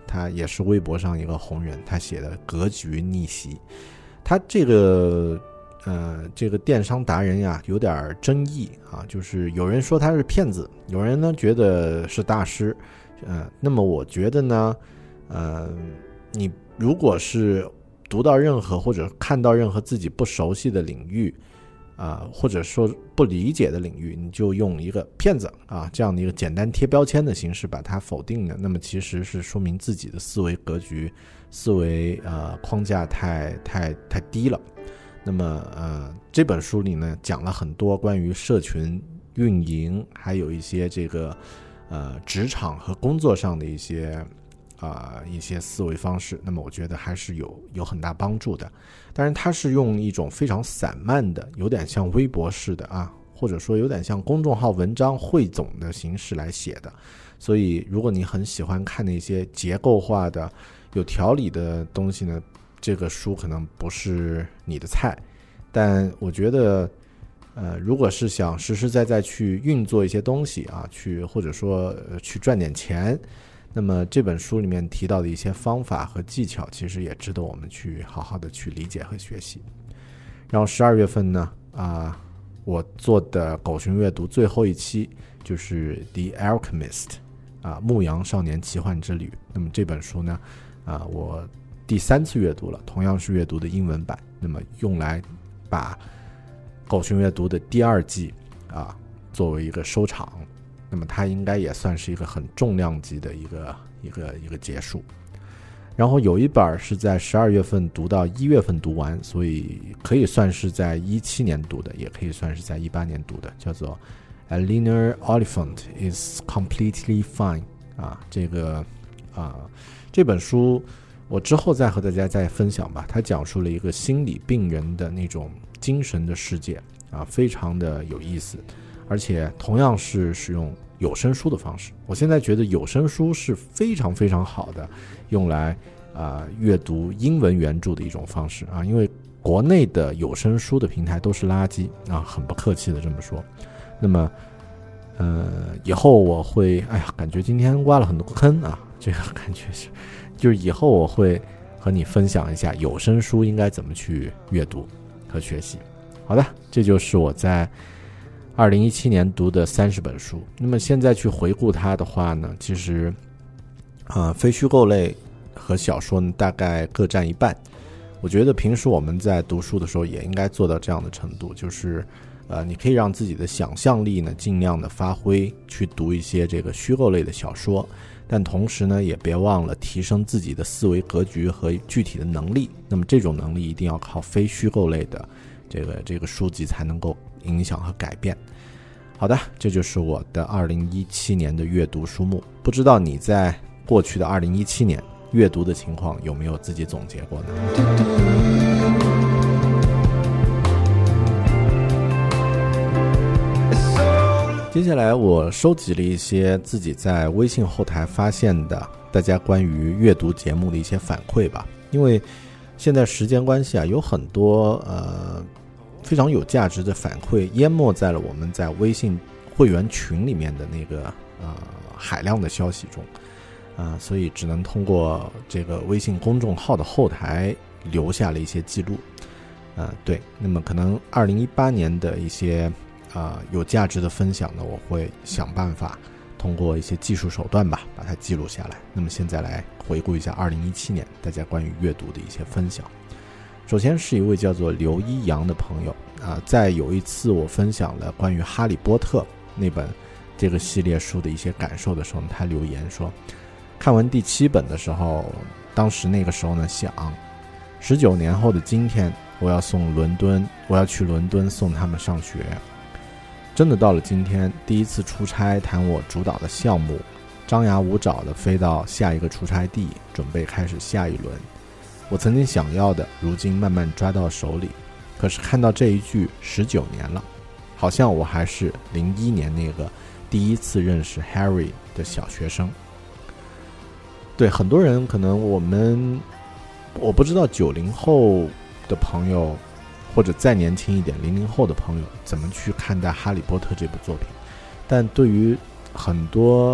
他也是微博上一个红人，他写的《格局逆袭》。他这个电商达人呀，有点争议啊，就是有人说他是骗子，有人呢觉得是大师。那么我觉得呢，你如果是读到任何或者看到任何自己不熟悉的领域或者说不理解的领域，你就用一个骗子这样的一个简单贴标签的形式把它否定的，那么其实是说明自己的思维格局、思维框架太低了。那么这本书里呢讲了很多关于社群运营，还有一些这个职场和工作上的一些思维方式，那么我觉得还是有很大帮助的。当然它是用一种非常散漫的，有点像微博式的或者说有点像公众号文章汇总的形式来写的，所以如果你很喜欢看那些结构化的有条理的东西呢，这个书可能不是你的菜。但我觉得如果是想实实在在去运作一些东西去或者说去赚点钱，那么这本书里面提到的一些方法和技巧其实也值得我们去好好的去理解和学习。然后12月份呢我做的狗熊阅读最后一期就是 The Alchemist 牧羊少年奇幻之旅。那么这本书呢我第3次阅读了，同样是阅读的英文版，那么用来把狗熊阅读的第2季作为一个收场，那么它应该也算是一个很重量级的一个结束。然后有一本是在12月份读到1月份读完，所以可以算是在17年读的，也可以算是在18年读的，叫做 A Linear Elephant is Completely Fine 这本书我之后再和大家再分享吧。它讲述了一个心理病人的那种精神的世界非常的有意思，而且同样是使用有声书的方式。我现在觉得有声书是非常非常好的用来阅读英文原著的一种方式因为国内的有声书的平台都是垃圾很不客气的这么说。那么以后我会感觉今天挖了很多坑这个感觉是就是以后我会和你分享一下有声书应该怎么去阅读和学习。好的，这就是我在2017年读的30本书。那么现在去回顾它的话呢，其实非虚构类和小说呢大概各占一半。我觉得平时我们在读书的时候也应该做到这样的程度，就是你可以让自己的想象力呢尽量的发挥，去读一些这个虚构类的小说，但同时呢也别忘了提升自己的思维格局和具体的能力。那么这种能力一定要靠非虚构类的这个书籍才能够影响和改变。好的，这就是我的2017年的阅读书目。不知道你在过去的2017年阅读的情况有没有自己总结过呢？接下来我收集了一些自己在微信后台发现的大家关于阅读节目的一些反馈吧。因为现在时间关系有很多非常有价值的反馈淹没在了我们在微信会员群里面的那个海量的消息中所以只能通过这个微信公众号的后台留下了一些记录对，那么可能2018年的一些有价值的分享呢，我会想办法通过一些技术手段吧把它记录下来。那么现在来回顾一下2017年大家关于阅读的一些分享。首先是一位叫做刘一阳的朋友在有一次我分享了关于哈利波特那本这个系列书的一些感受的时候，他留言说，看完第7本的时候，当时那个时候呢想19年后的今天我要去伦敦送他们上学。真的到了今天，第一次出差谈我主导的项目，张牙舞爪地飞到下一个出差地，准备开始下一轮。我曾经想要的，如今慢慢抓到手里。可是看到这一句19年了，好像我还是01年那个第一次认识 Harry 的小学生。对，很多人可能我不知道90后的朋友或者再年轻一点00后的朋友怎么去看待哈利波特这部作品，但对于很多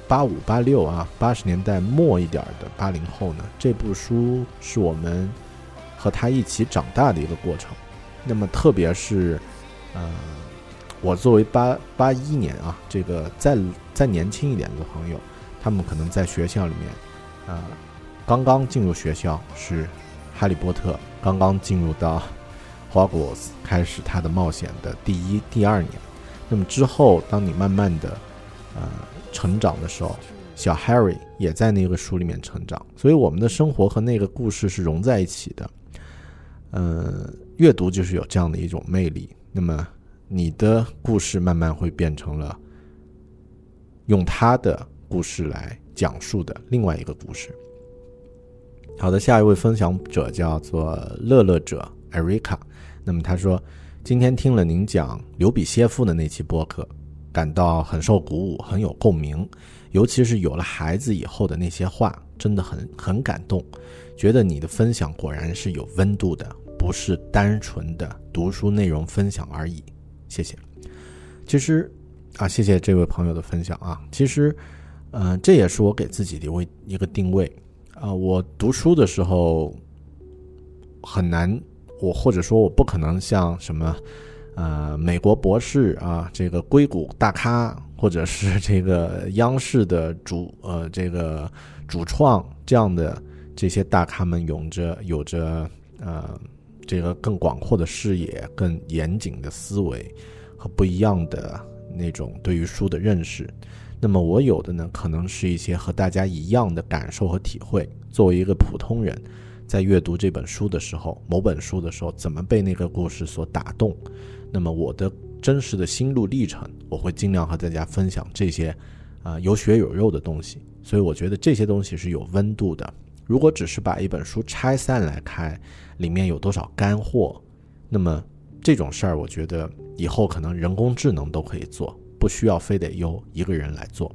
85、86啊，80年代末一点的80后呢，这部书是我们和他一起长大的一个过程。那么特别是我作为81年啊，这个再年轻一点的朋友，他们可能在学校里面刚刚进入学校，是哈利波特刚刚进入到Hogwarts 开始他的冒险的第1、第2年。那么之后当你慢慢的成长的时候，小 Harry 也在那个书里面成长，所以我们的生活和那个故事是融在一起的。阅读就是有这样的一种魅力。那么你的故事慢慢会变成了用他的故事来讲述的另外一个故事。好的，下一位分享者叫做乐乐者 Erica。 那么他说，今天听了您讲刘比歇夫的那期播客，感到很受鼓舞，很有共鸣，尤其是有了孩子以后的那些话，真的很感动，觉得你的分享果然是有温度的，不是单纯的读书内容分享而已。谢谢。其实谢谢这位朋友的分享啊。其实这也是我给自己的一个定位我读书的时候很难，或者说我不可能像什么美国博士啊，这个硅谷大咖，或者是这个央视的这个主创这样的这些大咖们有着这个更广阔的视野，更严谨的思维和不一样的那种对于书的认识。那么我有的呢，可能是一些和大家一样的感受和体会。作为一个普通人，在阅读这本书的时候，某本书的时候，怎么被那个故事所打动，那么我的真实的心路历程，我会尽量和大家分享这些有血有肉的东西。所以我觉得这些东西是有温度的。如果只是把一本书拆散来看，里面有多少干货，那么这种事儿我觉得以后可能人工智能都可以做，不需要非得由一个人来做。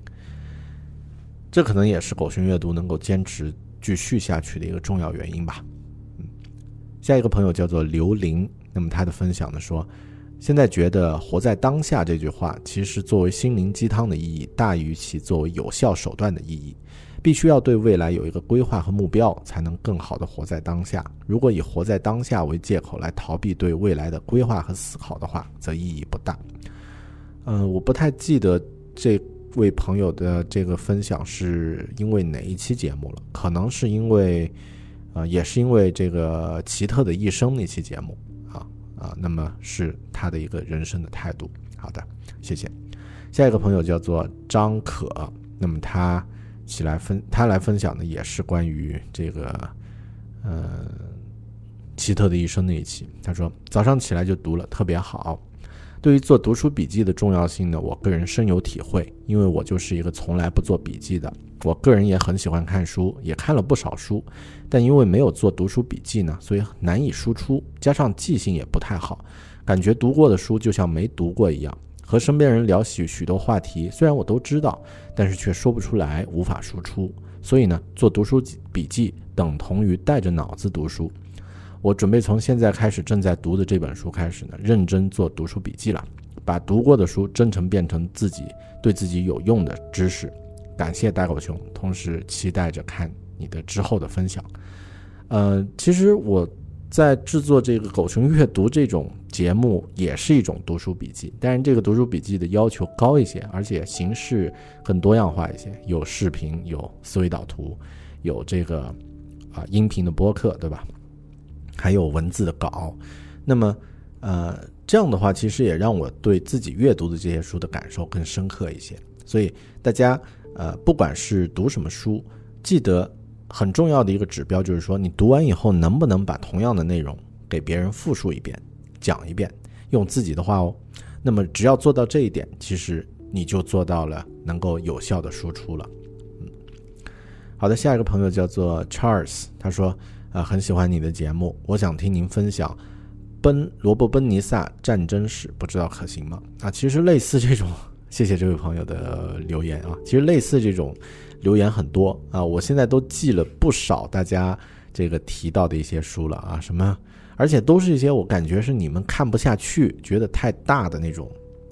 这可能也是狗熊阅读能够坚持继续下去的一个重要原因吧。下一个朋友叫做刘林，那么他的分享呢说，现在觉得活在当下这句话其实作为心灵鸡汤的意义大于其作为有效手段的意义，必须要对未来有一个规划和目标，才能更好的活在当下。如果以活在当下为借口来逃避对未来的规划和思考的话，则意义不大。我不太记得这位朋友的这个分享是因为哪一期节目了，可能是因为也是因为这个奇特的一生那期节目那么是他的一个人生的态度。好的，谢谢。下一个朋友叫做张可，那么他来分享的也是关于这个奇特的一生那一期。他说早上起来就读了，特别好。对于做读书笔记的重要性呢，我个人深有体会，因为我就是一个从来不做笔记的。我个人也很喜欢看书，也看了不少书，但因为没有做读书笔记呢，所以难以输出，加上记性也不太好，感觉读过的书就像没读过一样。和身边人聊许多话题，虽然我都知道，但是却说不出来，无法输出。所以呢，做读书笔记等同于带着脑子读书。我准备从现在开始正在读的这本书开始呢，认真做读书笔记了，把读过的书真诚变成对自己有用的知识。感谢大狗熊，同时期待着看你的之后的分享。其实我在制作这个狗熊阅读这种节目也是一种读书笔记，但是这个读书笔记的要求高一些，而且形式更多样化一些，有视频，有思维导图，有这个音频的播客，对吧？还有文字的稿。那么这样的话其实也让我对自己阅读的这些书的感受更深刻一些。所以大家不管是读什么书，记得很重要的一个指标就是说，你读完以后能不能把同样的内容给别人复述一遍，讲一遍，用自己的话哦。那么只要做到这一点，其实你就做到了能够有效的输出了。好的，下一个朋友叫做 Charles， 他说很喜欢你的节目，我想听您分享罗伯奔尼撒战争史，不知道可行吗？其实类似这种，谢谢这位朋友的留言其实类似这种留言很多我现在都记了不少大家这个提到的一些书了什么，而且都是一些我感觉是你们看不下去，觉得太大的那种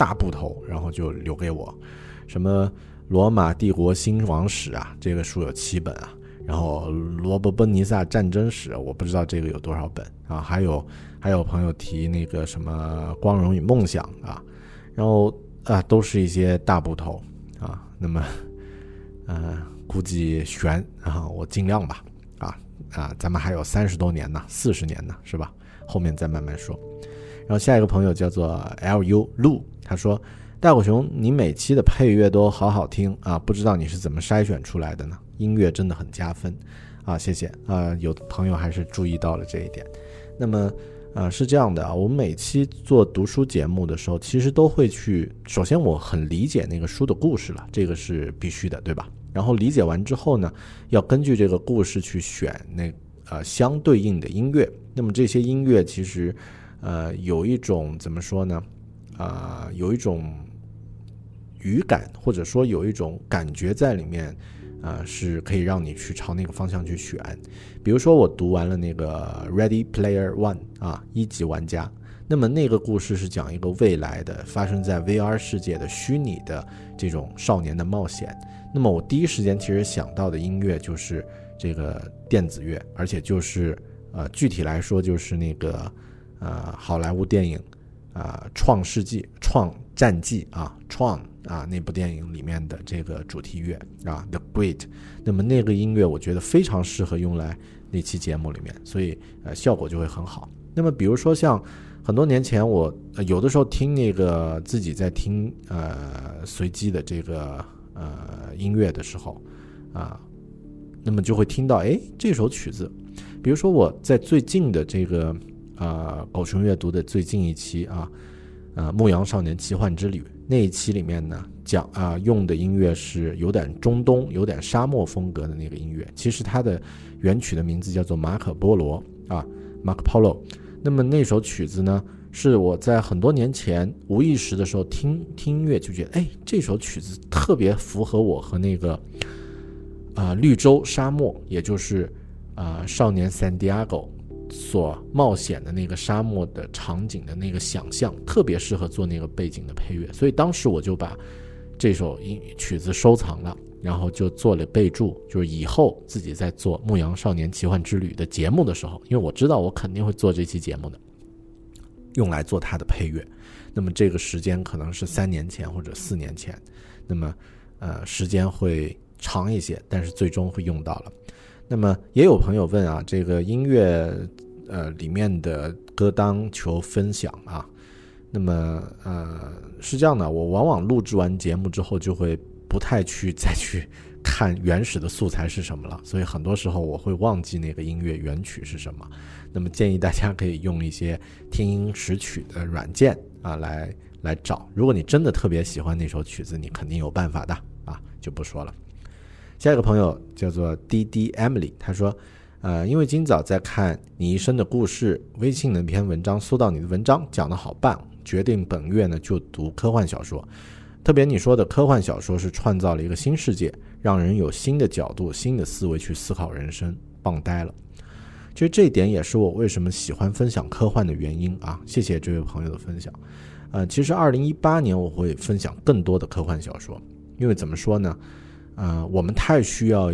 大部头，然后就留给我，什么罗马帝国兴亡史啊，这个书有7本啊，然后罗伯奔尼撒战争史，我不知道这个有多少本啊，还有朋友提那个什么光荣与梦想啊，然后都是一些大部头啊，那么估计悬啊，我尽量吧咱们还有30多年呢，40年呢，是吧？后面再慢慢说。然后下一个朋友叫做 LU 路，他说大狗熊，你每期的配乐都好好听啊，不知道你是怎么筛选出来的呢？音乐真的很加分啊，谢谢啊，有朋友还是注意到了这一点。那么是这样的啊，我们每期做读书节目的时候，其实都会首先我很理解那个书的故事了，这个是必须的，对吧？然后理解完之后呢，要根据这个故事去选相对应的音乐。那么这些音乐其实有一种怎么说呢？有一种语感，或者说有一种感觉在里面，是可以让你去朝那个方向去选。比如说我读完了那个 Ready Player One 1级玩家，那么那个故事是讲一个未来的发生在 VR 世界的虚拟的这种少年的冒险。那么我第一时间其实想到的音乐就是这个电子乐，而且就是具体来说就是那个好莱坞电影创战记那部电影里面的这个主题乐The Great。 那么那个音乐我觉得非常适合用来那期节目里面，所以效果就会很好。那么比如说像很多年前我有的时候听那个自己在听随机的这个音乐的时候那么就会听到这首曲子。比如说我在最近的这个狗熊阅读的最近一期牧羊少年奇幻之旅那一期里面呢，用的音乐是有点中东有点沙漠风格的那个音乐，其实它的原曲的名字叫做马可波罗Marco Polo。 那么那首曲子呢，是我在很多年前无意识的时候听音乐就觉得这首曲子特别符合我和那个绿洲沙漠，也就是少年 San Diego 所冒险的那个沙漠的场景的那个想象，特别适合做那个背景的配乐。所以当时我就把这首曲子收藏了，然后就做了备注，就是以后自己在做牧羊少年奇幻之旅的节目的时候，因为我知道我肯定会做这期节目的，用来做它的配乐。那么这个时间可能是3年前或者4年前，那么时间会长一些，但是最终会用到了。那么也有朋友问这个音乐里面的歌单求分享那么是这样的，我往往录制完节目之后就会不太再去看原始的素材是什么了，所以很多时候我会忘记那个音乐原曲是什么。那么建议大家可以用一些听音识曲的软件来找，如果你真的特别喜欢那首曲子，你肯定有办法的就不说了。下一个朋友叫做 DD Emily， 他说因为今早在看你一生的故事微信那篇文章，搜到你的文章讲得好棒，决定本月呢就读科幻小说，特别你说的科幻小说是创造了一个新世界，让人有新的角度新的思维去思考人生，棒呆了。其实这一点也是我为什么喜欢分享科幻的原因谢谢这位朋友的分享。其实2018年我会分享更多的科幻小说，因为怎么说呢我们太需要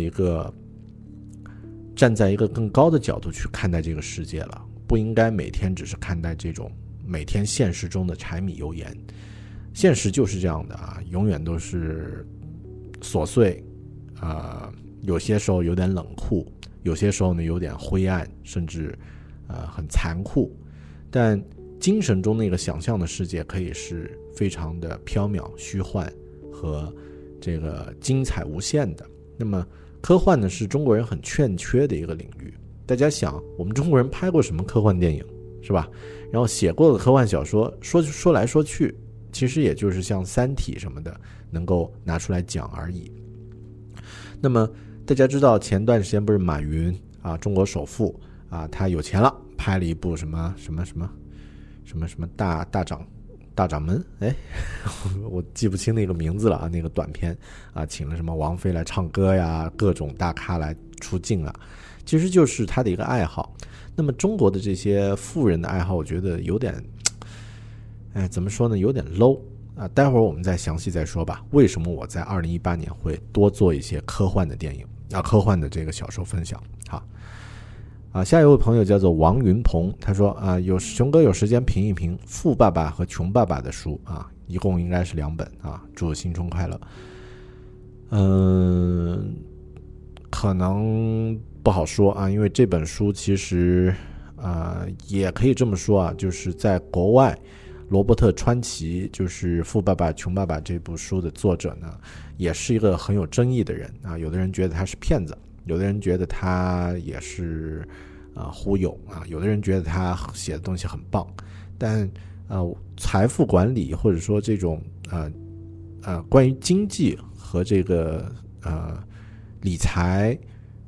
站在一个更高的角度去看待这个世界了，不应该每天只是看待这种每天现实中的柴米油盐。现实就是这样的永远都是琐碎有些时候有点冷酷，有些时候呢有点灰暗，甚至很残酷，但精神中那个想象的世界可以是非常的缥缈虚幻和这个精彩无限的。那么科幻呢是中国人很欠缺的一个领域，大家想我们中国人拍过什么科幻电影是吧？然后写过的科幻小说说来说去其实也就是像三体什么的能够拿出来讲而已。那么大家知道前段时间不是马云中国首富他有钱了，拍了一部什么大掌门我记不清那个名字了那个短片请了什么王菲来唱歌呀，各种大咖来出镜其实就是他的一个爱好。那么中国的这些富人的爱好我觉得有点怎么说呢，有点 low 待会儿我们再详细再说吧。为什么我在2018年会多做一些科幻的电影科幻的这个小说分享？好。下一位朋友叫做王云鹏，他说熊哥有时间评一评《富爸爸和穷爸爸》的书一共应该是2本祝新春快乐。可能不好说因为这本书其实也可以这么说就是在国外，罗伯特川奇就是《富爸爸穷爸爸》这部书的作者呢，也是一个很有争议的人有的人觉得他是骗子，有的人觉得他也是忽悠有的人觉得他写的东西很棒，但财富管理或者说这种关于经济和这个理财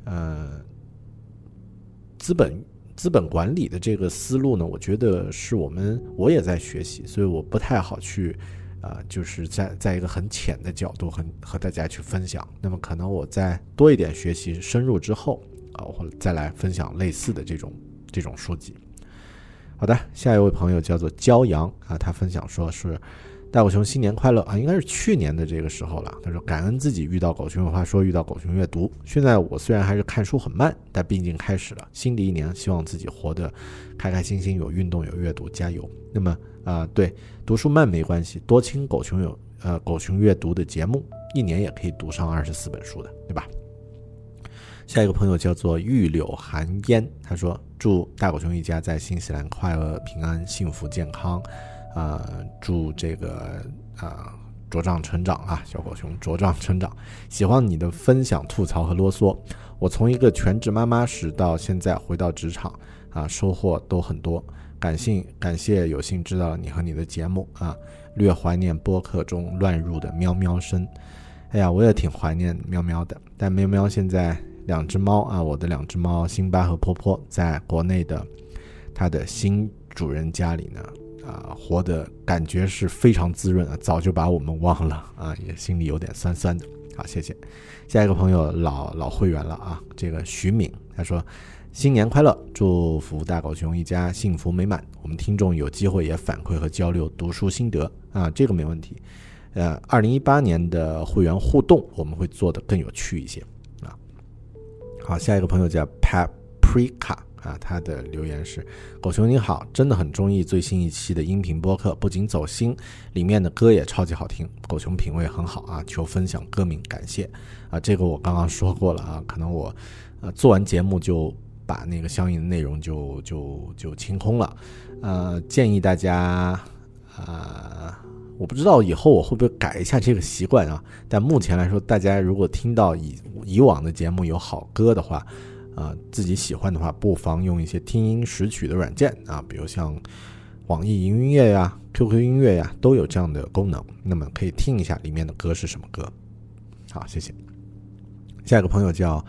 资本管理的这个思路呢，我觉得是我也在学习，所以我不太好去就是在一个很浅的角度和大家去分享。那么可能我再多一点学习深入之后我再来分享类似的这种书籍。好的，下一位朋友叫做骄阳他分享说是大狗熊新年快乐应该是去年的这个时候了。他说感恩自己遇到狗熊有话说，遇到狗熊阅读。现在我虽然还是看书很慢，但毕竟开始了新的一年，希望自己活得开开心心，有运动有阅读，加油。那么对，读书慢没关系，多听狗熊阅读的节目，一年也可以读上24本书的，对吧？下一个朋友叫做玉柳寒烟，他说祝大狗熊一家在新西兰快乐平安幸福健康祝这个茁壮成长小狗熊茁壮成长，喜欢你的分享吐槽和啰嗦。我从一个全职妈妈时到现在回到职场收获都很多，感谢有幸知道了你和你的节目略怀念播客中乱入的喵喵声。哎呀，我也挺怀念喵喵的，但喵喵现在2只猫我的2只猫辛巴和波波在国内的它的新主人家里呢活的感觉是非常滋润早就把我们忘了也心里有点酸酸的。好，谢谢。下一个朋友老会员了这个徐敏，他说新年快乐，祝福大狗熊一家幸福美满。我们听众有机会也反馈和交流读书心得这个没问题。2018年的会员互动我们会做得更有趣一些好，下一个朋友叫 Paprika他的留言是狗熊你好，真的很中意最新一期的音频播客，不仅走心，里面的歌也超级好听，狗熊品味很好求分享歌名，感谢这个我刚刚说过了可能我做完节目就把那个相应的内容就清空了建议大家我不知道以后我会不会改一下这个习惯但目前来说，大家如果听到以往的节目有好歌的话自己喜欢的话，不妨用一些听音识曲的软件比如像网易云音乐呀、QQ 音乐呀，都有这样的功能，那么可以听一下里面的歌是什么歌。好，谢谢。下一个朋友叫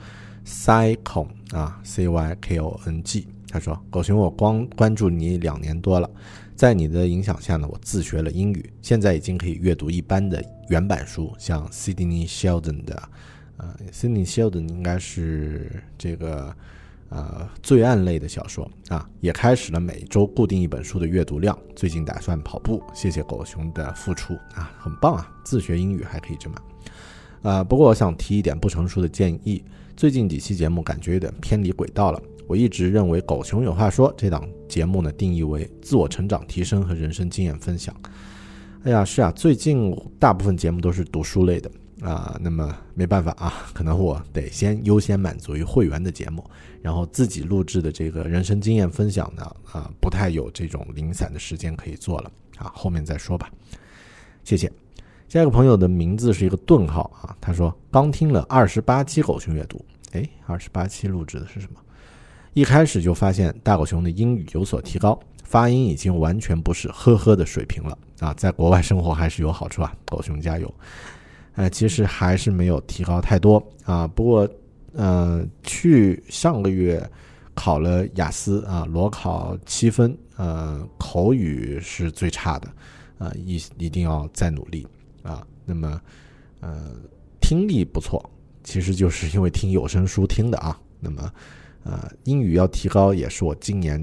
Cycong CYKONG， 他说狗熊我光关注你2年多了，在你的影响下呢，我自学了英语，现在已经可以阅读一般的原版书，像 Sidney Sheldon 的Sidney Sheldon 应该是这个罪案类的小说也开始了每周固定1本书的阅读量，最近打算跑步，谢谢狗熊的付出很棒自学英语还可以这么不过我想提一点不成熟的建议，最近几期节目感觉有点偏离轨道了。我一直认为狗熊有话说这档节目呢，定义为自我成长提升和人生经验分享。是最近大部分节目都是读书类的那么没办法可能我得先优先满足于会员的节目，然后自己录制的这个人生经验分享呢不太有这种零散的时间可以做了后面再说吧，谢谢。下一个朋友的名字是一个顿号他说刚听了28期狗熊阅读28期录制的是什么？一开始就发现大狗熊的英语有所提高，发音已经完全不是呵呵的水平了在国外生活还是有好处狗熊加油。其实还是没有提高太多不过去上个月考了雅思裸考7分口语是最差的一定要再努力那么听力不错，其实就是因为听有声书听的那么英语要提高也是我今年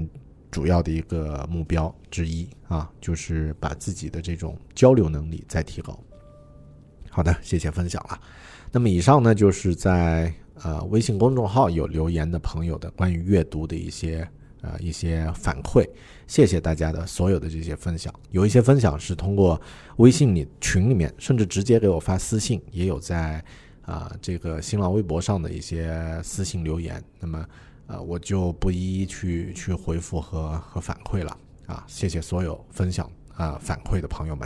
主要的一个目标之一啊，就是把自己的这种交流能力再提高。好的，谢谢分享了。那么以上呢，就是在微信公众号有留言的朋友的关于阅读的一些反馈，谢谢大家的所有的这些分享。有一些分享是通过微信群里面，甚至直接给我发私信，也有在这个新浪微博上的一些私信留言。那么我就不一一去回复和反馈了啊！谢谢所有分享反馈的朋友们。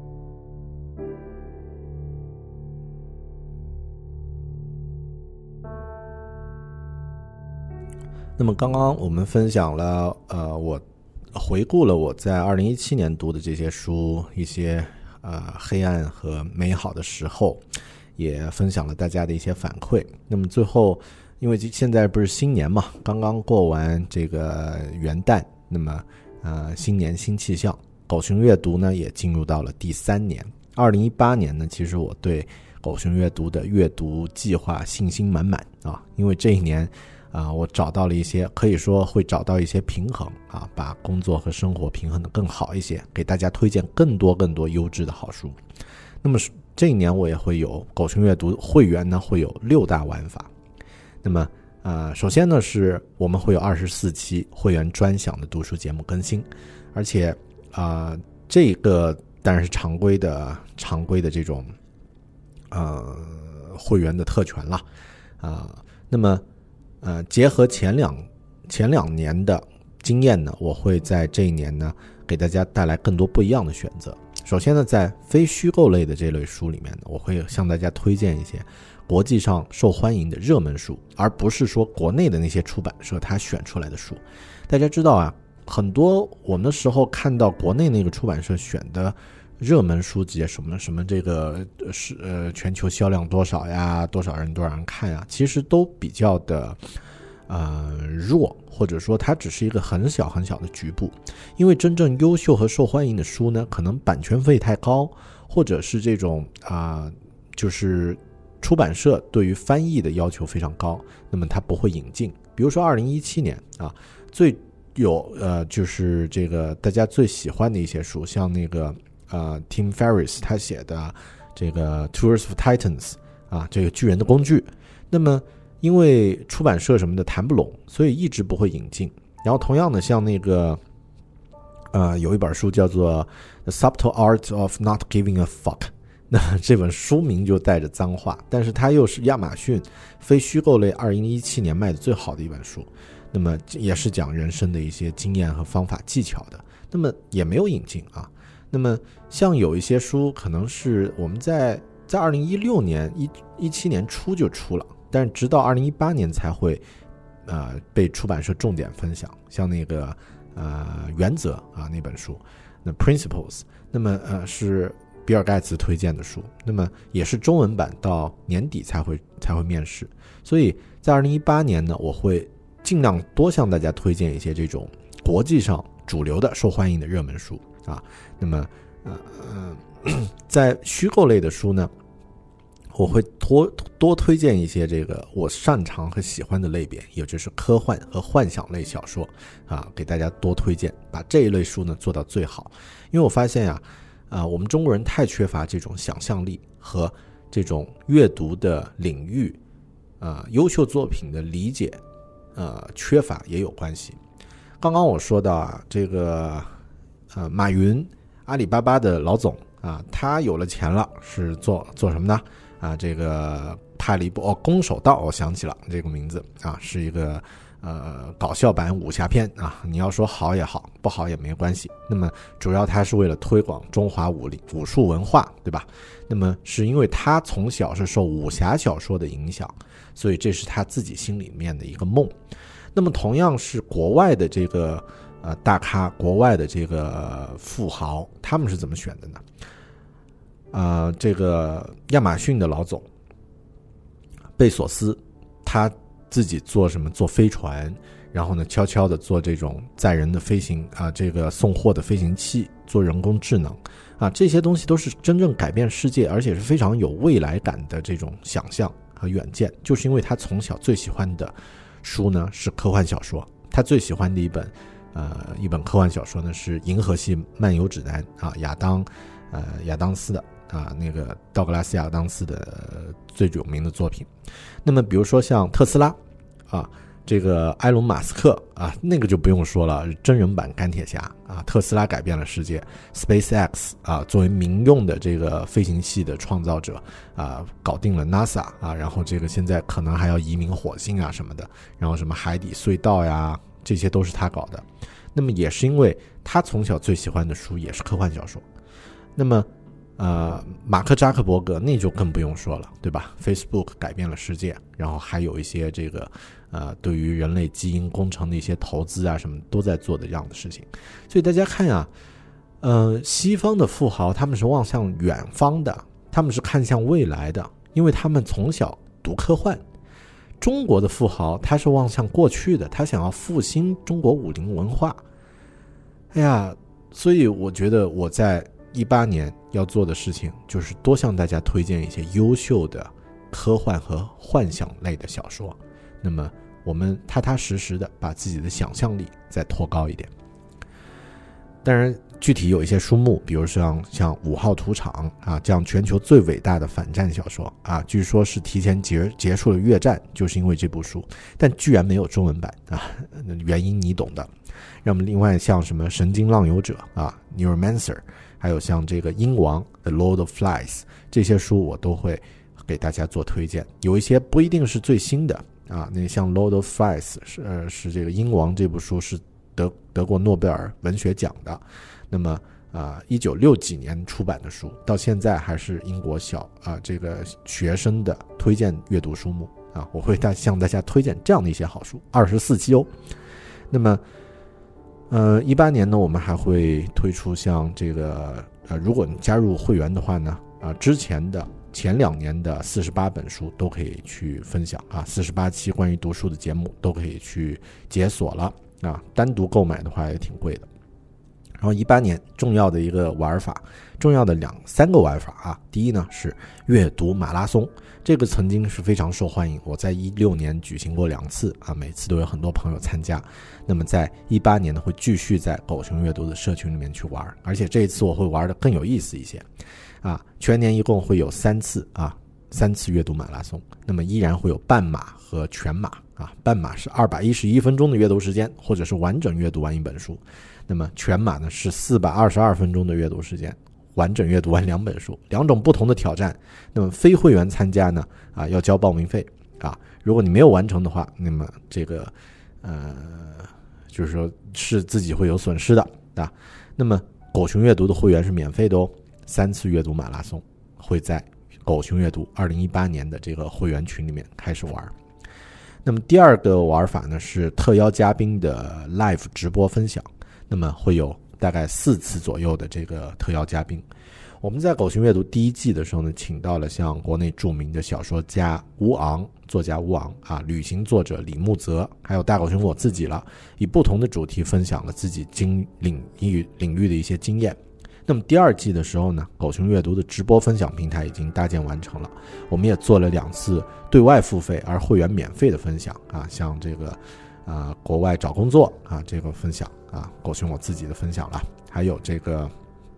那么刚刚我们分享了我回顾了我在2017年读的这些书一些黑暗和美好的时候，也分享了大家的一些反馈。那么最后因为现在不是新年嘛，刚刚过完这个元旦，那么新年新气象，狗熊阅读呢也进入到了第3年。2018年呢，其实我对狗熊阅读的阅读计划信心满满啊，因为这一年我找到了一些，可以说会找到一些平衡啊，把工作和生活平衡的更好一些，给大家推荐更多优质的好书。那么这一年我也会有狗熊阅读会员呢，会有6大玩法。那么首先呢，是我们会有24期会员专享的读书节目更新，而且这个当然是常规的这种会员的特权了那么结合前两年的经验呢，我会在这一年呢给大家带来更多不一样的选择。首先呢，在非虚构类的这类书里面呢，我会向大家推荐一些国际上受欢迎的热门书，而不是说国内的那些出版社他选出来的书。大家知道啊，很多我们的时候看到国内那个出版社选的热门书籍什么这个全球销量多少呀，多少人看呀，其实都比较的弱，或者说它只是一个很小的局部。因为真正优秀和受欢迎的书呢，可能版权费太高，或者是这种就是出版社对于翻译的要求非常高，那么它不会引进。比如说2017年最有就是这个大家最喜欢的一些书，像那个Tim Ferriss 他写的这个 Tools of Titans 这个巨人的工具，那么因为出版社什么的谈不拢，所以一直不会引进。然后同样的，像那个有一本书叫做 The Subtle Art of Not Giving a Fuck， 那这本书名就带着脏话，但是它又是亚马逊非虚构类2017年卖的最好的一本书，那么也是讲人生的一些经验和方法技巧的，那么也没有引进那么像有一些书可能是我们在2016年17年初就出了，但是直到2018年才会被出版社重点分享，像那个原则那本书，那 Principles， 那么是比尔盖茨推荐的书，那么也是中文版到年底才会面世。所以在2018年呢，我会尽量多向大家推荐一些这种国际上主流的受欢迎的热门书那么在虚构类的书呢，我会多推荐一些这个我擅长和喜欢的类别，也就是科幻和幻想类小说给大家多推荐，把这一类书呢做到最好。因为我发现我们中国人太缺乏这种想象力和这种阅读的领域优秀作品的理解缺乏也有关系。刚刚我说到这个马云阿里巴巴的老总他有了钱了，是做什么呢这个拍了一部空手道，我想起了这个名字是一个搞笑版武侠片你要说好也好，不好也没关系。那么主要他是为了推广中华武术文化，对吧？那么是因为他从小是受武侠小说的影响，所以这是他自己心里面的一个梦。那么同样是国外的这个大咖，国外的这个富豪，他们是怎么选的呢？这个亚马逊的老总贝索斯，他自己做什么？做飞船，然后呢悄悄的做这种载人的飞行这个送货的飞行器，做人工智能这些东西都是真正改变世界，而且是非常有未来感的这种想象和远见。就是因为他从小最喜欢的书呢是科幻小说，他最喜欢的一本一本科幻小说呢是《银河系漫游指南》啊，亚当斯的啊，那个道格拉斯亚当斯的最有名的作品。那么比如说像特斯拉啊，这个埃隆马斯克啊，那个就不用说了，真人版钢铁侠啊，特斯拉改变了世界。SpaceX 啊，作为民用的这个飞行器的创造者啊，搞定了 NASA 啊，然后这个现在可能还要移民火星啊什么的，然后什么海底隧道呀，这些都是他搞的。那么也是因为他从小最喜欢的书也是科幻小说。那么马克扎克伯格那就更不用说了，对吧？ Facebook 改变了世界，然后还有一些这个对于人类基因工程的一些投资啊什么都在做的这样的事情。所以大家看啊，西方的富豪他们是望向远方的，他们是看向未来的，因为他们从小读科幻。中国的富豪他是望向过去的，他想要复兴中国武林文化。哎呀，所以我觉得我在18年要做的事情就是多向大家推荐一些优秀的科幻和幻想类的小说，那么我们踏踏实实的把自己的想象力再托高一点。当然具体有一些书目，比如像5号屠场啊，这样全球最伟大的反战小说啊，据说是提前结束了越战，就是因为这部书，但居然没有中文版啊，原因你懂的。那么另外像什么神经浪游者啊 Neuromancer， 还有像这个鹰王 The Lord of Flies， 这些书我都会给大家做推荐。有一些不一定是最新的啊，那像 Lord of Flies 是这个鹰王这部书是得过诺贝尔文学奖的，那么1960几年出版的书，到现在还是英国这个学生的推荐阅读书目啊，我会向大家推荐这样的一些好书，24期哦。那么18年呢，我们还会推出像这个如果你加入会员的话呢，之前的前2年的48本书都可以去分享啊，48期关于读书的节目都可以去解锁了啊，单独购买的话也挺贵的。然后18年重要的一个玩法，重要的3个玩法啊，第一呢是阅读马拉松，这个曾经是非常受欢迎，我在16年举行过2次啊，每次都有很多朋友参加。那么在18年呢，会继续在狗熊阅读的社群里面去玩，而且这一次我会玩的更有意思一些啊，全年一共会有3次啊，3次阅读马拉松。那么依然会有半马和全马啊，半马是211分钟的阅读时间，或者是完整阅读完一本书。那么全马呢是422分钟的阅读时间，完整阅读完2本书，2种不同的挑战。那么非会员参加呢要交报名费啊，如果你没有完成的话，那么这个就是说是自己会有损失的啊。那么狗熊阅读的会员是免费的哦，3次阅读马拉松会在狗熊阅读2018年的这个会员群里面开始玩。那么第二个玩法呢是特邀嘉宾的 live 直播分享，那么会有大概4次左右的这个特邀嘉宾。我们在狗熊阅读第1季的时候呢，请到了像国内著名的小说家吴昂，作家吴昂啊，旅行作者李木泽，还有大狗熊我自己了，以不同的主题分享了自己领域的一些经验。那么第2季的时候呢，狗熊阅读的直播分享平台已经搭建完成了，我们也做了2次对外付费而会员免费的分享啊，像这个国外找工作啊这个分享啊，狗熊我自己的分享了，还有这个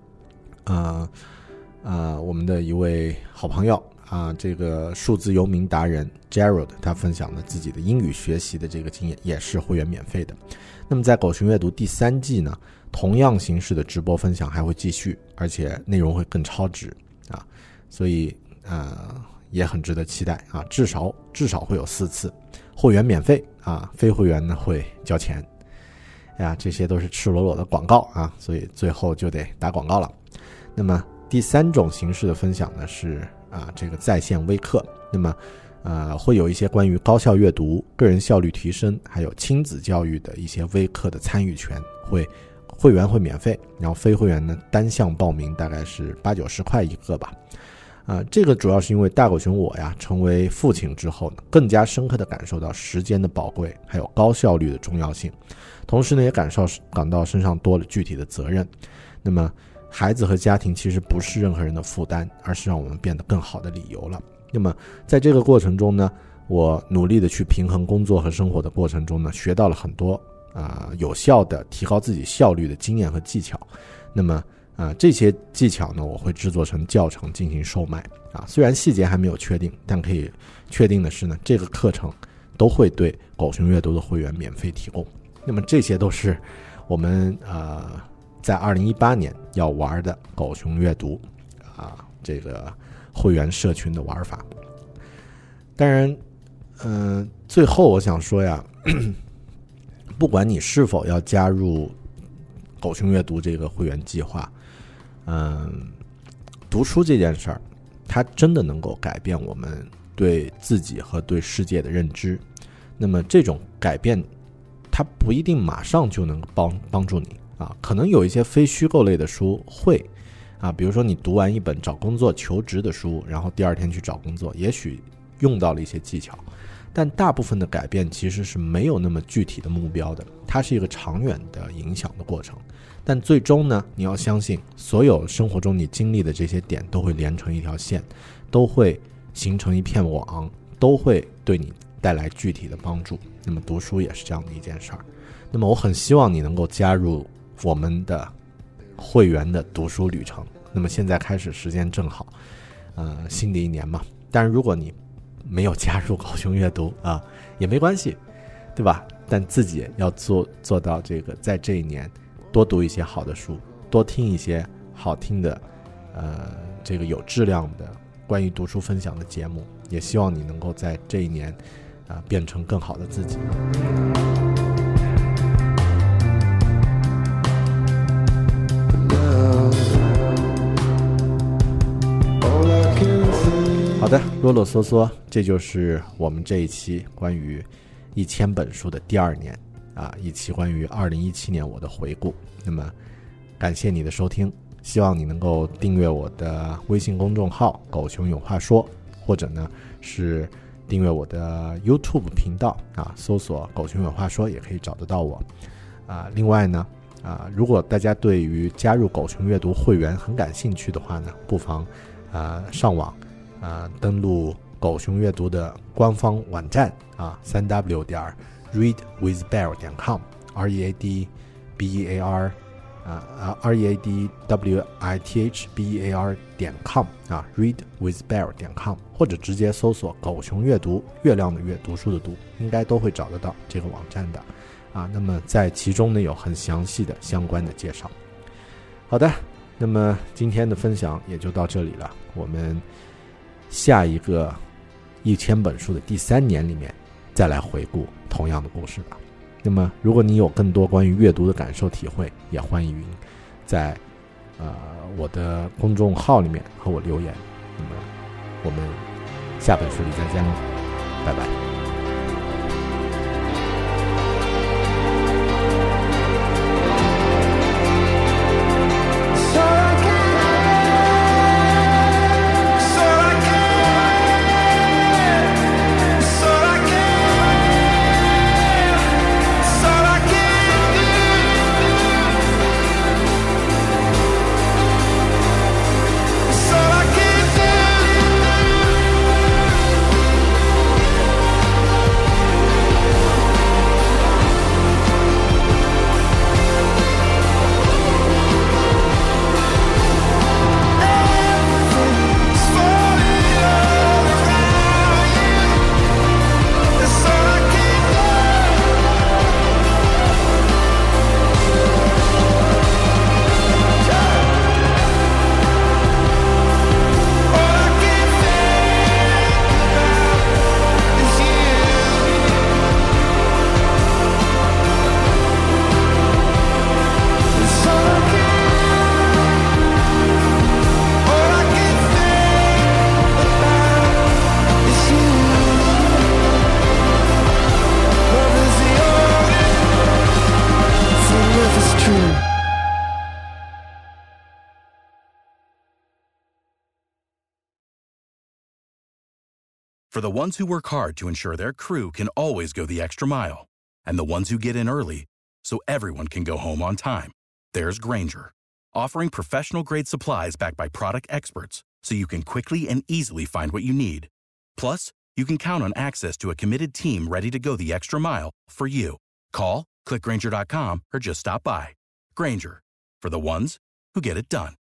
我们的一位好朋友啊，这个数字游民达人 Gerald， 他分享了自己的英语学习的这个经验，也是会员免费的。那么在狗熊阅读第3季呢，同样形式的直播分享还会继续，而且内容会更超值啊，所以也很值得期待啊，至少会有4次，会员免费啊，非会员呢会交钱呀，这些都是赤裸裸的广告啊，所以最后就得打广告了。那么第3种形式的分享呢是这个在线微课，那么会有一些关于高效阅读、个人效率提升还有亲子教育的一些微课的参与权，会员会免费，然后非会员呢单项报名大概是80-90块一个吧。这个主要是因为大狗熊我呀成为父亲之后呢，更加深刻地感受到时间的宝贵还有高效率的重要性，同时呢也感到身上多了具体的责任。那么孩子和家庭其实不是任何人的负担，而是让我们变得更好的理由了。那么在这个过程中呢，我努力的去平衡工作和生活的过程中呢，学到了很多有效的提高自己效率的经验和技巧。那么这些技巧呢，我会制作成教程进行售卖虽然细节还没有确定，但可以确定的是呢，这个课程都会对狗熊阅读的会员免费提供。那么这些都是我们在2018年要玩的狗熊阅读这个会员社群的玩法。当然最后我想说呀不管你是否要加入狗熊阅读这个会员计划，读书这件事儿它真的能够改变我们对自己和对世界的认知。那么这种改变它不一定马上就能帮助你可能有一些非虚构类的书会比如说你读完一本找工作求职的书，然后第二天去找工作，也许用到了一些技巧，但大部分的改变其实是没有那么具体的目标的，它是一个长远的影响的过程。但最终呢，你要相信所有生活中你经历的这些点都会连成一条线，都会形成一片网，都会对你带来具体的帮助。那么读书也是这样的一件事儿。那么我很希望你能够加入我们的会员的读书旅程。那么现在开始时间正好新的一年嘛，但是如果你没有加入狗熊阅读也没关系，对吧？但自己要做到这个，在这一年多读一些好的书，多听一些好听的这个有质量的关于读书分享的节目，也希望你能够在这一年变成更好的自己。好的，啰啰嗦嗦，这就是我们这一期关于1000本书的第2年一期关于2017年我的回顾。那么感谢你的收听，希望你能够订阅我的微信公众号狗熊有话说，或者呢是订阅我的 YouTube 频道搜索狗熊有话说也可以找得到我另外呢如果大家对于加入狗熊阅读会员很感兴趣的话呢，不妨上网登录狗熊阅读的官方网站3w.readwithbear.com readwithbear.com readwithbear.com 或者直接搜索狗熊阅读，月亮的月，读书的读，应该都会找得到这个网站的那么在其中呢有很详细的相关的介绍。好的，那么今天的分享也就到这里了，我们下一个1000本书的第3年里面再来回顾同样的故事吧。那么如果你有更多关于阅读的感受体会，也欢迎在我的公众号里面和我留言。那么我们下本书里再见喽，拜拜。 For the ones who work hard to ensure their crew can always go the extra mile, and the ones who get in early so everyone can go home on time, there's Grainger, offering professional-grade supplies backed by product experts so you can quickly and easily find what you need. Plus, you can count on access to a committed team ready to go the extra mile for you. Call, Click Grainger.com or just stop by. Grainger, for the ones who get it done.